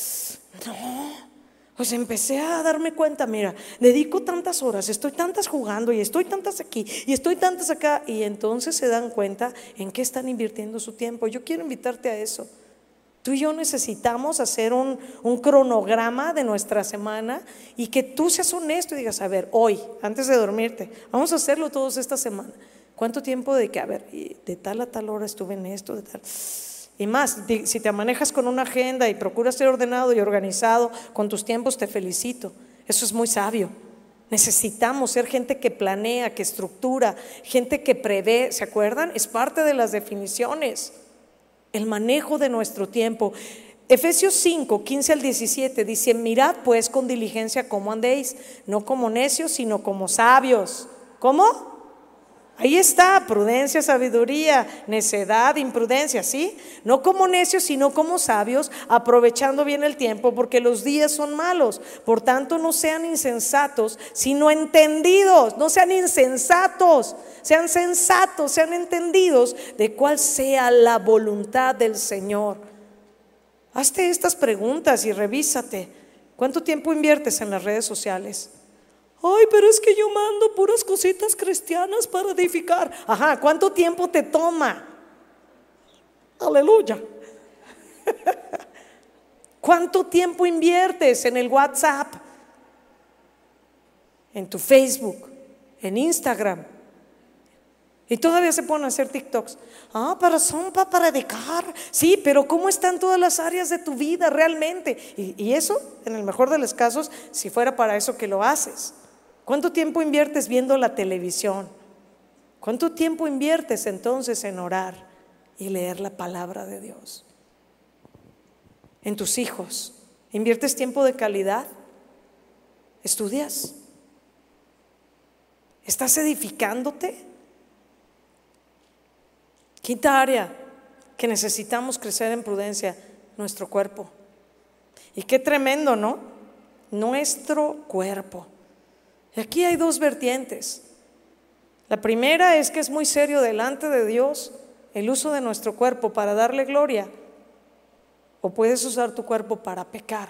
No, pues empecé a darme cuenta, mira, dedico tantas horas, estoy tantas jugando y estoy tantas aquí y estoy tantas acá, y entonces se dan cuenta en qué están invirtiendo su tiempo. Yo quiero invitarte a eso. Tú y yo necesitamos hacer un cronograma de nuestra semana y que tú seas honesto y digas, a ver, hoy, antes de dormirte, vamos a hacerlo todos esta semana. ¿Cuánto tiempo de que, a ver, de tal a tal hora estuve en esto, de tal? Y más, si te manejas con una agenda y procuras ser ordenado y organizado con tus tiempos, te felicito. Eso es muy sabio. Necesitamos ser gente que planea, que estructura, gente que prevé. ¿Se acuerdan? Es parte de las definiciones. El manejo de nuestro tiempo. Efesios 5, 15 al 17 dice: mirad pues con diligencia cómo andéis, no como necios, sino como sabios. ¿Cómo? Ahí está, prudencia, sabiduría, necedad, imprudencia, ¿sí? No como necios, sino como sabios, aprovechando bien el tiempo, porque los días son malos. Por tanto, no sean insensatos, sino entendidos. No sean insensatos, sean sensatos, sean entendidos de cuál sea la voluntad del Señor. Hazte estas preguntas y revísate. ¿Cuánto tiempo inviertes en las redes sociales? Ay, pero es que yo mando puras cositas cristianas para edificar. Ajá, ¿cuánto tiempo te toma? Aleluya. ¿Cuánto tiempo inviertes en el WhatsApp, en tu Facebook, en Instagram? Y todavía se ponen a hacer TikToks. Pero son para predicar. Sí, pero ¿cómo están todas las áreas de tu vida realmente? Y eso, en el mejor de los casos, si fuera para eso que lo haces. ¿Cuánto tiempo inviertes viendo la televisión? ¿Cuánto tiempo inviertes entonces en orar y leer la palabra de Dios? En tus hijos, ¿inviertes tiempo de calidad? ¿Estudias? ¿Estás edificándote? Quinta área que necesitamos crecer en prudencia: nuestro cuerpo. Y qué tremendo, ¿no? Nuestro cuerpo. Y aquí hay dos vertientes. La primera es que es muy serio delante de Dios el uso de nuestro cuerpo para darle gloria, o puedes usar tu cuerpo para pecar.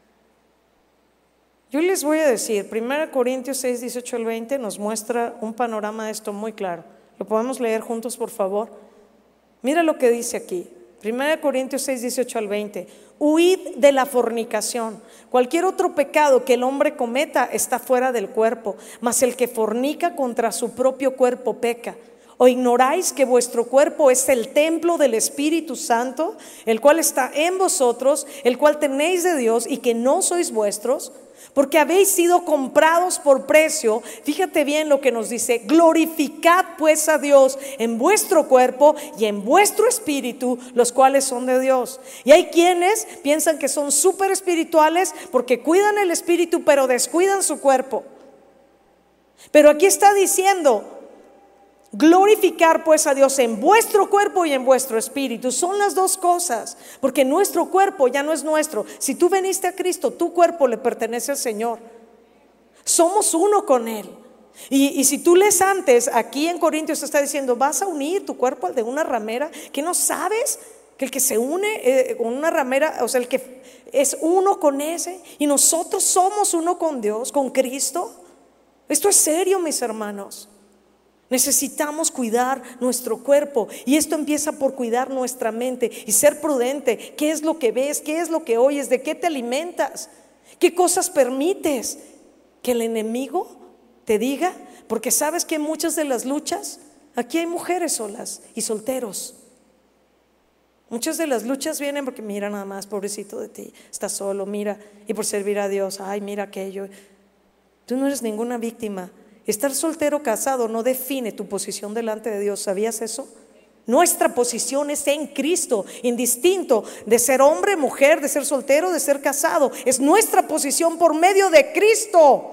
Yo les voy a decir, 1 Corintios 6, 18 al 20 nos muestra un panorama de esto muy claro. ¿Lo podemos leer juntos, por favor? Mira lo que dice aquí, 1 Corintios 6, 18 al 20. Huid de la fornicación. Cualquier otro pecado que el hombre cometa está fuera del cuerpo, mas el que fornica contra su propio cuerpo peca. ¿O ignoráis que vuestro cuerpo es el templo del Espíritu Santo, el cual está en vosotros, el cual tenéis de Dios, y que no sois vuestros? Porque habéis sido comprados por precio. Fíjate bien lo que nos dice: glorificad pues a Dios en vuestro cuerpo y en vuestro espíritu, los cuales son de Dios. Y hay quienes piensan que son súper espirituales porque cuidan el espíritu pero descuidan su cuerpo. Pero aquí está diciendo: glorificar pues a Dios en vuestro cuerpo y en vuestro espíritu. Son las dos cosas, porque nuestro cuerpo ya no es nuestro. Si tú veniste a Cristo, tu cuerpo le pertenece al Señor. Somos uno con Él. Y si tú lees antes, aquí en Corintios está diciendo: vas a unir tu cuerpo al de una ramera. ¿Que no sabes que el que se une con una ramera, o sea, el que es uno con ese? Y nosotros somos uno con Dios, con Cristo. Esto es serio, mis hermanos. Necesitamos cuidar nuestro cuerpo, y esto empieza por cuidar nuestra mente y ser prudente. ¿Qué es lo que ves? ¿Qué es lo que oyes? ¿De qué te alimentas? ¿Qué cosas permites que el enemigo te diga? Porque sabes que muchas de las luchas, aquí hay mujeres solas y solteros. Muchas de las luchas vienen porque mira nada más, pobrecito de ti, estás solo, mira, y por servir a Dios, ay, mira aquello. Tú no eres ninguna víctima. Estar soltero o casado no define tu posición delante de Dios. ¿Sabías eso? Nuestra posición es en Cristo, indistinto de ser hombre, mujer, de ser soltero, de ser casado. Es nuestra posición por medio de Cristo.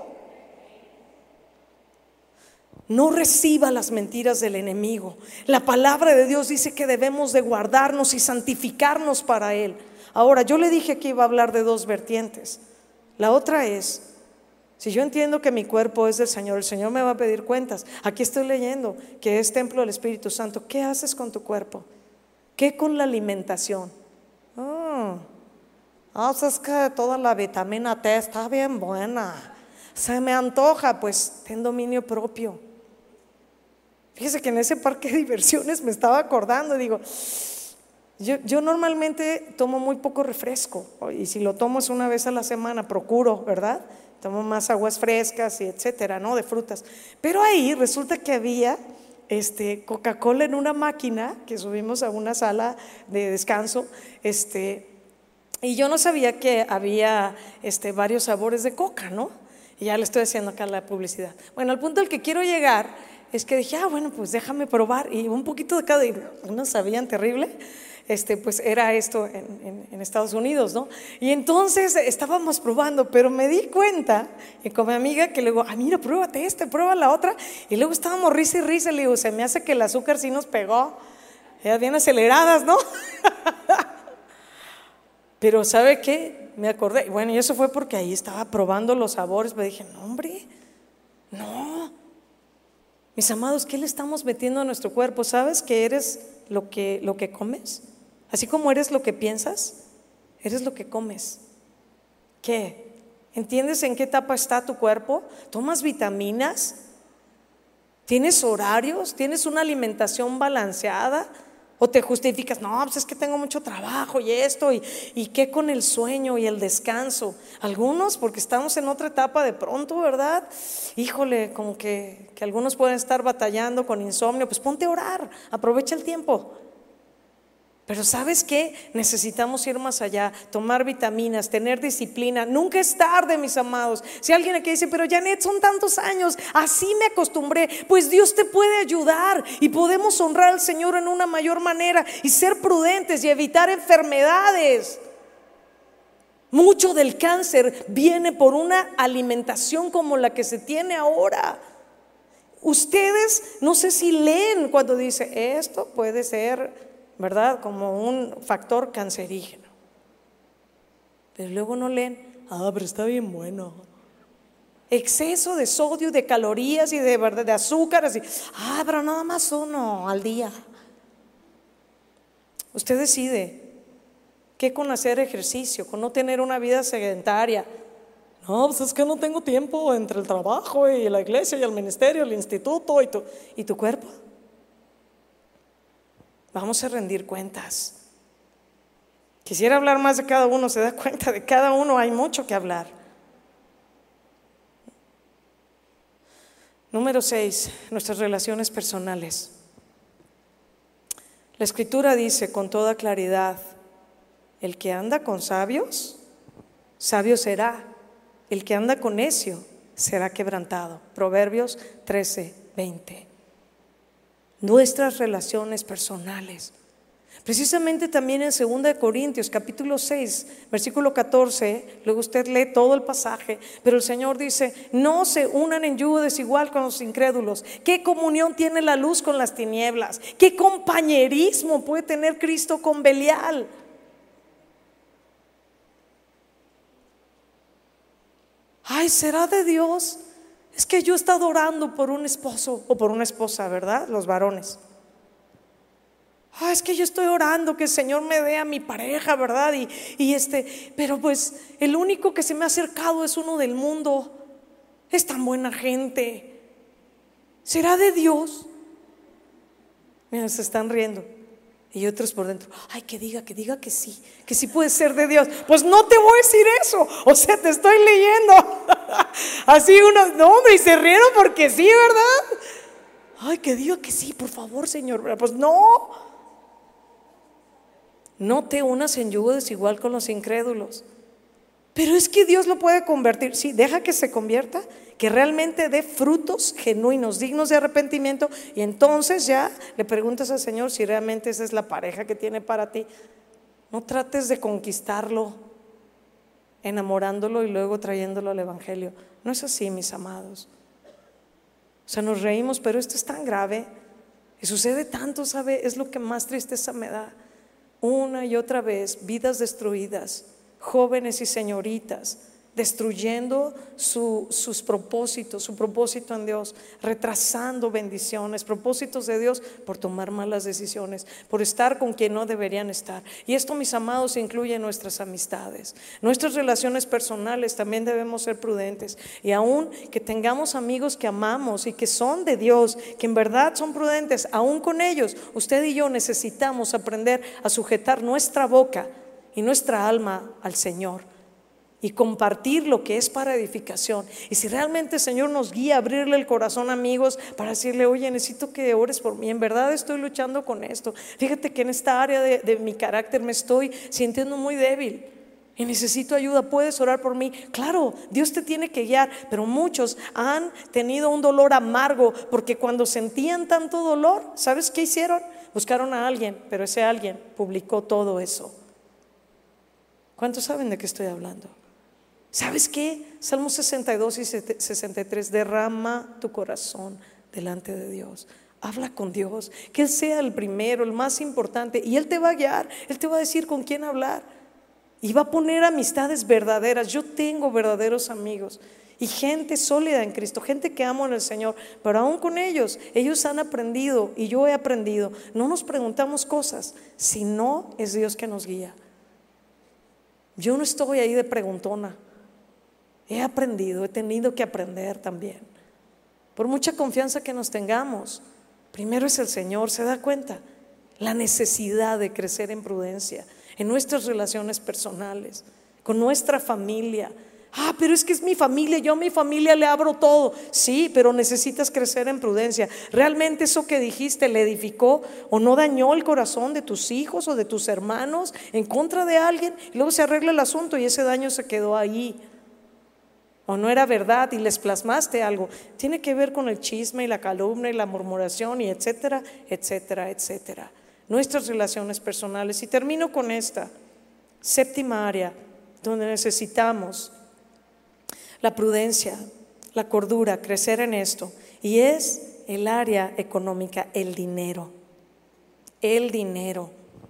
No reciba las mentiras del enemigo. La palabra de Dios dice que debemos de guardarnos y santificarnos para Él. Ahora, yo le dije que iba a hablar de dos vertientes. La otra es, si yo entiendo que mi cuerpo es del Señor, el Señor me va a pedir cuentas. Aquí estoy leyendo que es templo del Espíritu Santo. ¿Qué haces con tu cuerpo? ¿Qué con la alimentación? Es que toda la vitamina T está bien buena. Se me antoja, pues ten dominio propio. Fíjese que en ese parque de diversiones me estaba acordando, digo, yo normalmente tomo muy poco refresco, y si lo tomo es una vez a la semana, procuro, ¿verdad? Tomo más aguas frescas y etcétera, ¿no? De frutas. Pero ahí resulta que había Coca-Cola en una máquina, que subimos a una sala de descanso, y yo no sabía que había varios sabores de coca, ¿no? Y ya le estoy haciendo acá la publicidad. Bueno, al punto al que quiero llegar es que dije, bueno, pues déjame probar, y un poquito de cada, y no sabían terrible. Pues era esto en Estados Unidos, ¿no? Y entonces estábamos probando, pero me di cuenta, y con mi amiga, que le digo, mira, pruébate prueba la otra, y luego estábamos risa y risa, le digo, se me hace que el azúcar sí nos pegó, eran bien aceleradas, ¿no? Pero ¿sabe qué? Me acordé, bueno, y eso fue porque ahí estaba probando los sabores, pero dije, no, hombre, no. Mis amados, ¿qué le estamos metiendo a nuestro cuerpo? ¿Sabes que eres lo que comes? Así como eres lo que piensas, eres lo que comes. ¿Qué? ¿Entiendes en qué etapa está tu cuerpo? ¿Tomas vitaminas? ¿Tienes horarios? ¿Tienes una alimentación balanceada? ¿O te justificas? No, pues es que tengo mucho trabajo y esto, y qué con el sueño y el descanso. Algunos, porque estamos en otra etapa de pronto, ¿verdad? Híjole, como que algunos pueden estar batallando con insomnio. Pues ponte a orar, aprovecha el tiempo. Pero ¿sabes qué? Necesitamos ir más allá, tomar vitaminas, tener disciplina. Nunca es tarde, mis amados. Si alguien aquí dice, pero Janet, son tantos años, así me acostumbré, pues Dios te puede ayudar, y podemos honrar al Señor en una mayor manera y ser prudentes y evitar enfermedades. Mucho del cáncer viene por una alimentación como la que se tiene ahora. Ustedes no sé si leen cuando dice esto puede ser, ¿verdad?, como un factor cancerígeno, pero luego no leen, pero está bien bueno. Exceso de sodio, de calorías y de azúcares, pero nada más uno al día. Usted decide qué con hacer ejercicio, con no tener una vida sedentaria. No, pues es que no tengo tiempo entre el trabajo y la iglesia y el ministerio, el instituto y tu cuerpo. Vamos a rendir cuentas. Quisiera hablar más de cada uno, se da cuenta, de cada uno hay mucho que hablar. Número 6, nuestras relaciones personales. La Escritura dice con toda claridad, el que anda con sabios, sabio será. El que anda con necio será quebrantado. Proverbios 13:20. Nuestras relaciones personales. Precisamente también en 2 Corintios capítulo 6 versículo 14, luego usted lee todo el pasaje, pero el Señor dice, no se unan en yugo desigual con los incrédulos. ¿Qué comunión tiene la luz con las tinieblas? ¿Qué compañerismo puede tener Cristo con Belial? ¿Será de Dios? Es que yo he estado orando por un esposo o por una esposa, ¿verdad? Los varones. Es que yo estoy orando que el Señor me dé a mi pareja, ¿verdad? Pero pues el único que se me ha acercado es uno del mundo. Es tan buena gente. ¿Será de Dios? Mira, se están riendo. Y otros por dentro, que diga que sí puede ser de Dios. Pues no te voy a decir eso, o sea, te estoy leyendo. Así unos, no hombre, y se rieron porque sí, ¿verdad? Que diga que sí, por favor, Señor. Pues no te unas en yugo desigual con los incrédulos. Pero es que Dios lo puede convertir. Sí, deja que se convierta, que realmente dé frutos genuinos, dignos de arrepentimiento, y entonces ya le preguntas al Señor si realmente esa es la pareja que tiene para ti. No trates de conquistarlo enamorándolo y luego trayéndolo al evangelio. No es así, mis amados. O sea, nos reímos, pero esto es tan grave y sucede tanto, ¿sabe? Es lo que más tristeza me da. Una y otra vez, vidas destruidas, jóvenes y señoritas destruyendo sus propósitos, su propósito en Dios, retrasando bendiciones, propósitos de Dios por tomar malas decisiones, por estar con quien no deberían estar. Y esto, mis amados, incluye nuestras amistades, nuestras relaciones personales. También debemos ser prudentes, y aún que tengamos amigos que amamos y que son de Dios, que en verdad son prudentes, aún con ellos, usted y yo necesitamos aprender a sujetar nuestra boca y nuestra alma al Señor y compartir lo que es para edificación. Y si realmente el Señor nos guía, abrirle el corazón a amigos para decirle: oye, necesito que ores por mí, en verdad estoy luchando con esto, fíjate que en esta área de mi carácter me estoy sintiendo muy débil y necesito ayuda, ¿puedes orar por mí? Claro, Dios te tiene que guiar, pero muchos han tenido un dolor amargo porque cuando sentían tanto dolor, ¿sabes qué hicieron? Buscaron a alguien, pero ese alguien publicó todo eso. ¿Cuántos saben de qué estoy hablando? ¿Sabes qué? Salmos 62 y 63: derrama tu corazón delante de Dios, habla con Dios, que Él sea el primero, el más importante, y Él te va a guiar, Él te va a decir con quién hablar, y va a poner amistades verdaderas. Yo tengo verdaderos amigos y gente sólida en Cristo, gente que amo en el Señor, pero aún con ellos han aprendido y yo he aprendido. No nos preguntamos cosas si no es Dios que nos guía. Yo no estoy ahí de preguntona. He aprendido, he tenido que aprender también. Por mucha confianza que nos tengamos, primero es el Señor. ¿Se da cuenta? La necesidad de crecer en prudencia en nuestras relaciones personales, con nuestra familia. Pero es que es mi familia, yo a mi familia le abro todo. Sí, pero necesitas crecer en prudencia. ¿Realmente eso que dijiste le edificó o no dañó el corazón de tus hijos o de tus hermanos en contra de alguien? Y luego se arregla el asunto y ese daño se quedó ahí. O no era verdad y les plasmaste algo. Tiene que ver con el chisme y la calumnia y la murmuración y etcétera, etcétera, etcétera. Nuestras relaciones personales. Y termino con esta séptima área donde necesitamos la prudencia, la cordura, crecer en esto, y es el área económica, el dinero. El dinero.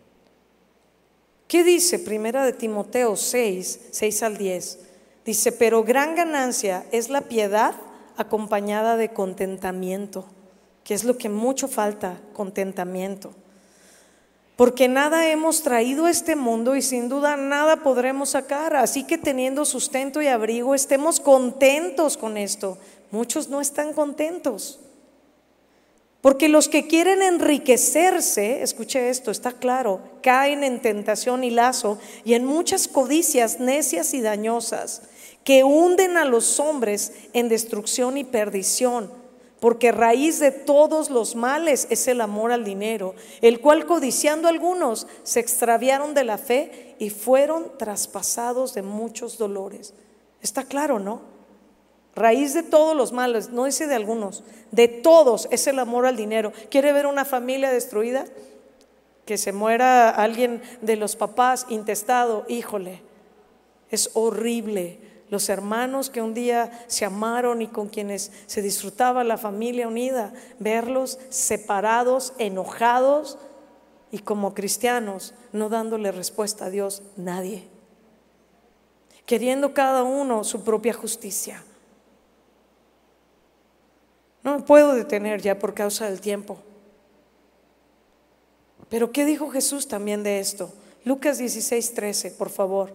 ¿Qué dice Primera de Timoteo 6 al 10? Dice: pero gran ganancia es la piedad acompañada de contentamiento, que es lo que mucho falta, contentamiento. Porque nada hemos traído a este mundo y sin duda nada podremos sacar. Así que teniendo sustento y abrigo, estemos contentos con esto. Muchos no están contentos. Porque los que quieren enriquecerse, escuche esto, está claro, caen en tentación y lazo y en muchas codicias necias y dañosas que hunden a los hombres en destrucción y perdición. Porque raíz de todos los males es el amor al dinero, el cual codiciando algunos se extraviaron de la fe y fueron traspasados de muchos dolores. Está claro, ¿no? Raíz de todos los males, no dice de algunos, de todos es el amor al dinero. ¿Quiere ver una familia destruida? Que se muera alguien de los papás intestado, híjole, es horrible. Los hermanos que un día se amaron y con quienes se disfrutaba la familia unida, verlos separados, enojados y como cristianos no dándole respuesta a Dios, nadie, queriendo cada uno su propia justicia. No me puedo detener ya por causa del tiempo. Pero ¿qué dijo Jesús también de esto? Lucas 16:13, por favor.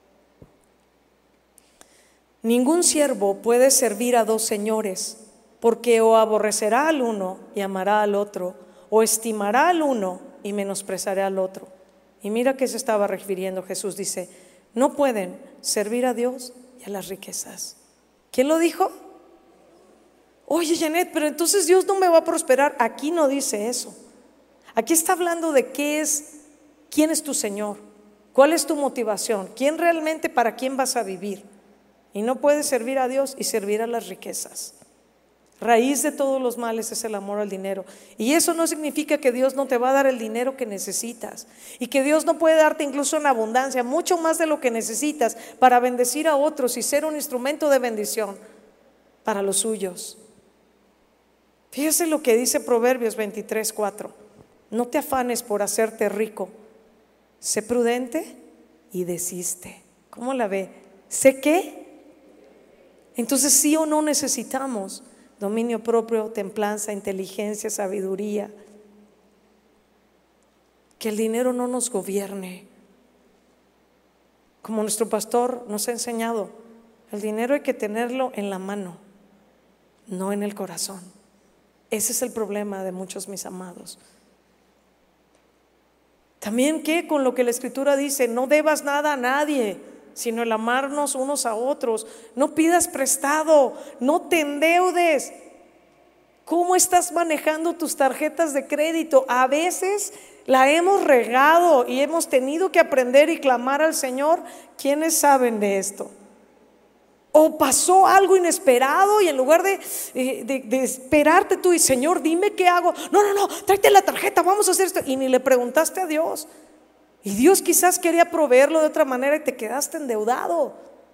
Ningún siervo puede servir a dos señores, porque o aborrecerá al uno y amará al otro, o estimará al uno y menospreciará al otro. Y mira a qué se estaba refiriendo Jesús. Dice: no pueden servir a Dios y a las riquezas. ¿Quién lo dijo? Oye, Janet, pero entonces Dios no me va a prosperar. Aquí no dice eso. Aquí está hablando de quién es tu Señor, cuál es tu motivación, quién realmente, para quién vas a vivir. Y no puedes servir a Dios y servir a las riquezas. Raíz de todos los males es el amor al dinero. Y eso no significa que Dios no te va a dar el dinero que necesitas, y que Dios no puede darte incluso en abundancia, mucho más de lo que necesitas para bendecir a otros y ser un instrumento de bendición para los suyos. Fíjese lo que dice Proverbios 23:4. No te afanes por hacerte rico, sé prudente y desiste. ¿Cómo la ve? ¿Sé qué? Entonces, sí o no necesitamos dominio propio, templanza, inteligencia, sabiduría. Que el dinero no nos gobierne. Como nuestro pastor nos ha enseñado, el dinero hay que tenerlo en la mano, no en el corazón. Ese es el problema de muchos, mis amados. También que con lo que la Escritura dice, no debas nada a nadie, sino el amarnos unos a otros. No pidas prestado, no te endeudes. ¿Cómo estás manejando tus tarjetas de crédito? A veces la hemos regado y hemos tenido que aprender y clamar al Señor. ¿Quiénes saben de esto? O pasó algo inesperado y en lugar de esperarte tú y Señor, dime qué hago. No, tráete la tarjeta, vamos a hacer esto. Y ni le preguntaste a Dios. Y Dios quizás quería proveerlo de otra manera y te quedaste endeudado.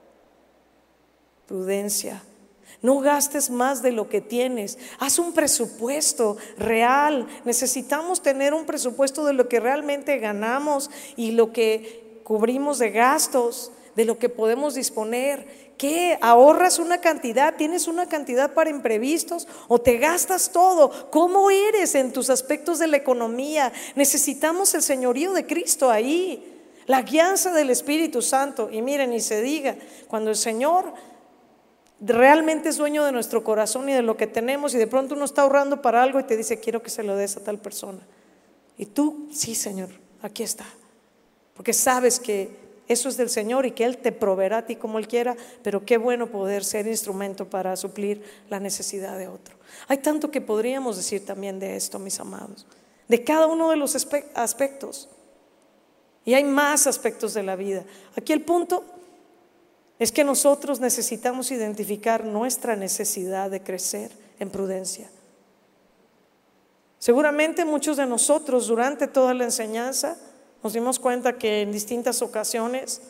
Prudencia. No gastes más de lo que tienes. Haz un presupuesto real. Necesitamos tener un presupuesto de lo que realmente ganamos y lo que cubrimos de gastos, de lo que podemos disponer. ¿Qué? ¿Ahorras una cantidad? ¿Tienes una cantidad para imprevistos? ¿O te gastas todo? ¿Cómo eres en tus aspectos de la economía? Necesitamos el señorío de Cristo ahí, la guianza del Espíritu Santo. Y miren, ni se diga, cuando el Señor realmente es dueño de nuestro corazón y de lo que tenemos, y de pronto uno está ahorrando para algo y te dice, quiero que se lo des a tal persona. Y tú, sí, Señor, aquí está. Porque sabes que eso es del Señor y que Él te proveerá a ti como Él quiera, pero qué bueno poder ser instrumento para suplir la necesidad de otro. Hay tanto que podríamos decir también de esto, mis amados, de cada uno de los aspectos. Y hay más aspectos de la vida. Aquí el punto es que nosotros necesitamos identificar nuestra necesidad de crecer en prudencia. Seguramente muchos de nosotros durante toda la enseñanza nos dimos cuenta que en distintas ocasiones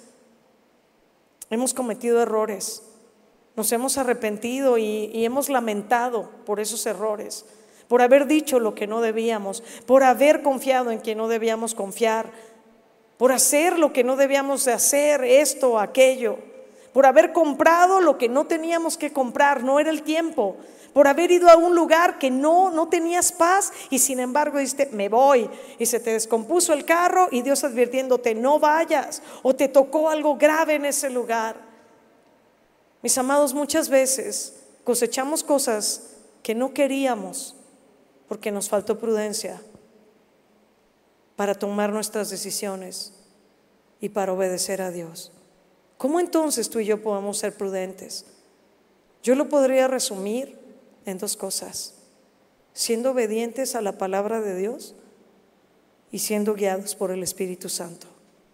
hemos cometido errores, nos hemos arrepentido y hemos lamentado por esos errores, por haber dicho lo que no debíamos, por haber confiado en quien no debíamos confiar, por hacer lo que no debíamos de hacer, esto o aquello, por haber comprado lo que no teníamos que comprar, no era el tiempo, por haber ido a un lugar que no tenías paz y sin embargo dijiste, me voy, y se te descompuso el carro y Dios advirtiéndote, no vayas, o te tocó algo grave en ese lugar. Mis amados, muchas veces cosechamos cosas que no queríamos porque nos faltó prudencia para tomar nuestras decisiones y para obedecer a Dios. ¿Cómo entonces tú y yo podemos ser prudentes? Yo lo podría resumir en dos cosas: siendo obedientes a la palabra de Dios y siendo guiados por el Espíritu Santo.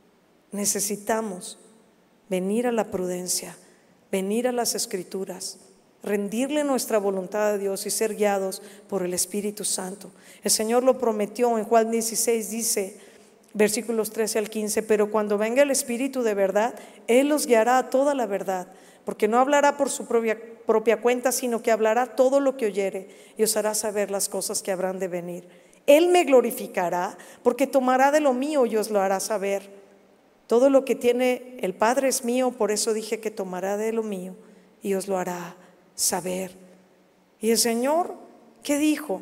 Necesitamos venir a la prudencia, venir a las Escrituras, rendirle nuestra voluntad a Dios y ser guiados por el Espíritu Santo. El Señor lo prometió en Juan 16, dice, versículos 13 al 15, pero cuando venga el Espíritu de verdad, Él los guiará a toda la verdad, porque no hablará por su propia cuenta, sino que hablará todo lo que oyere y os hará saber las cosas que habrán de venir. Él me glorificará, porque tomará de lo mío y os lo hará saber. Todo lo que tiene el Padre es mío, por eso dije que tomará de lo mío y os lo hará saber. Y el Señor, ¿qué dijo?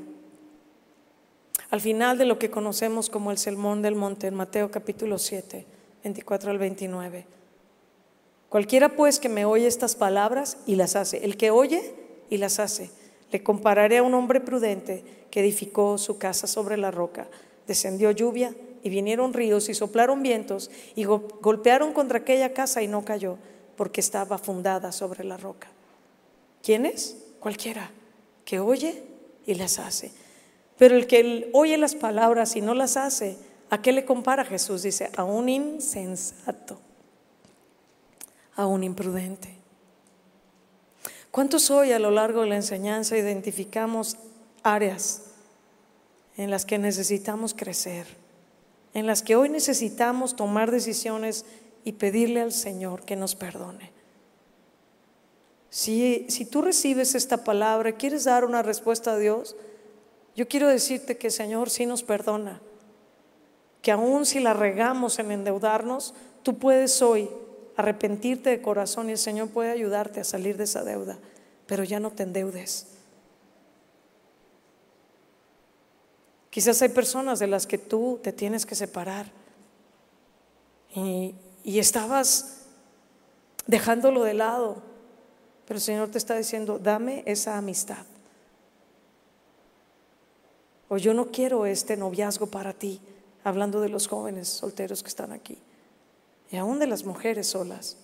Al final de lo que conocemos como el Sermón del Monte, en Mateo capítulo 7, 24 al 29. Cualquiera pues que me oye estas palabras y las hace, el que oye y las hace, le compararé a un hombre prudente que edificó su casa sobre la roca. Descendió lluvia y vinieron ríos y soplaron vientos y golpearon contra aquella casa y no cayó, porque estaba fundada sobre la roca. ¿Quién es? Cualquiera que oye y las hace. Pero el que oye las palabras y no las hace, ¿a qué le compara Jesús? Dice, a un insensato, a un imprudente. ¿Cuántos hoy a lo largo de la enseñanza identificamos áreas en las que necesitamos crecer, en las que hoy necesitamos tomar decisiones y pedirle al Señor que nos perdone? Si tú recibes esta palabra, quieres dar una respuesta a Dios, yo quiero decirte que el Señor sí nos perdona, que aún si la regamos en endeudarnos, tú puedes hoy arrepentirte de corazón y el Señor puede ayudarte a salir de esa deuda, pero ya no te endeudes. Quizás hay personas de las que tú te tienes que separar y estabas dejándolo de lado, pero el Señor te está diciendo: dame esa amistad, o yo no quiero este noviazgo para ti. Hablando de los jóvenes solteros que están aquí y aún de las mujeres solas,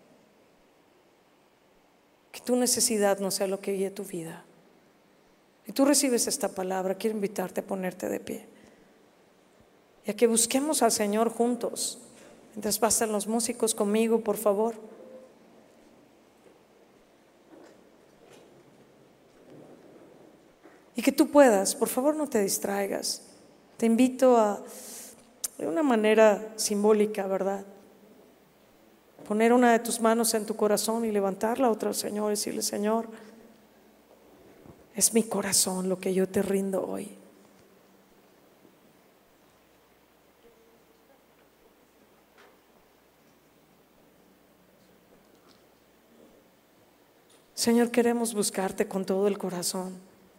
que tu necesidad no sea lo que guíe tu vida. Si tú recibes esta palabra, quiero invitarte a ponerte de pie y a que busquemos al Señor juntos. Mientras pasan los músicos conmigo, por favor. Y que tú puedas, por favor, no te distraigas. Te invito a, de una manera simbólica, ¿verdad?, poner una de tus manos en tu corazón y levantar la otra al Señor y decirle: Señor, es mi corazón lo que yo te rindo hoy. Señor, queremos buscarte con todo el corazón,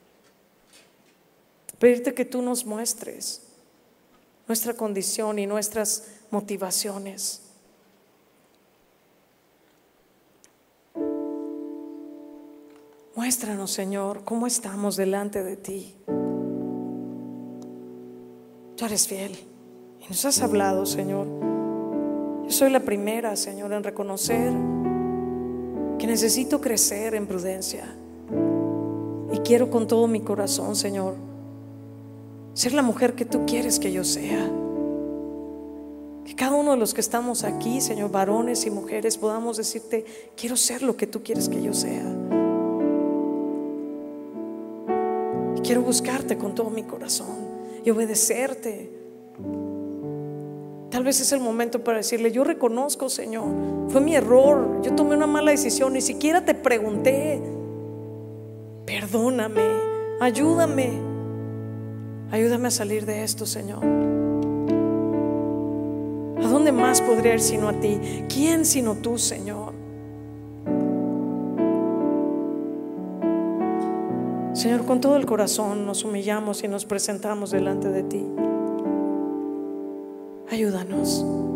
pedirte que tú nos muestres nuestra condición y nuestras motivaciones. Muéstranos, Señor, cómo estamos delante de ti. Tú eres fiel y nos has hablado, Señor. Yo soy la primera, Señor, en reconocer que necesito crecer en prudencia y quiero con todo mi corazón, Señor, ser la mujer que tú quieres que yo sea. Que cada uno de los que estamos aquí, Señor, varones y mujeres, podamos decirte: quiero ser lo que tú quieres que yo sea. Y quiero buscarte con todo mi corazón y obedecerte. Tal vez es el momento para decirle: yo reconozco, Señor, fue mi error, yo tomé una mala decisión, ni siquiera te pregunté. Perdóname, ayúdame a salir de esto, Señor. ¿A dónde más podría ir sino a ti? ¿Quién sino tú, Señor? Señor, con todo el corazón nos humillamos y nos presentamos delante de ti. Ayúdanos.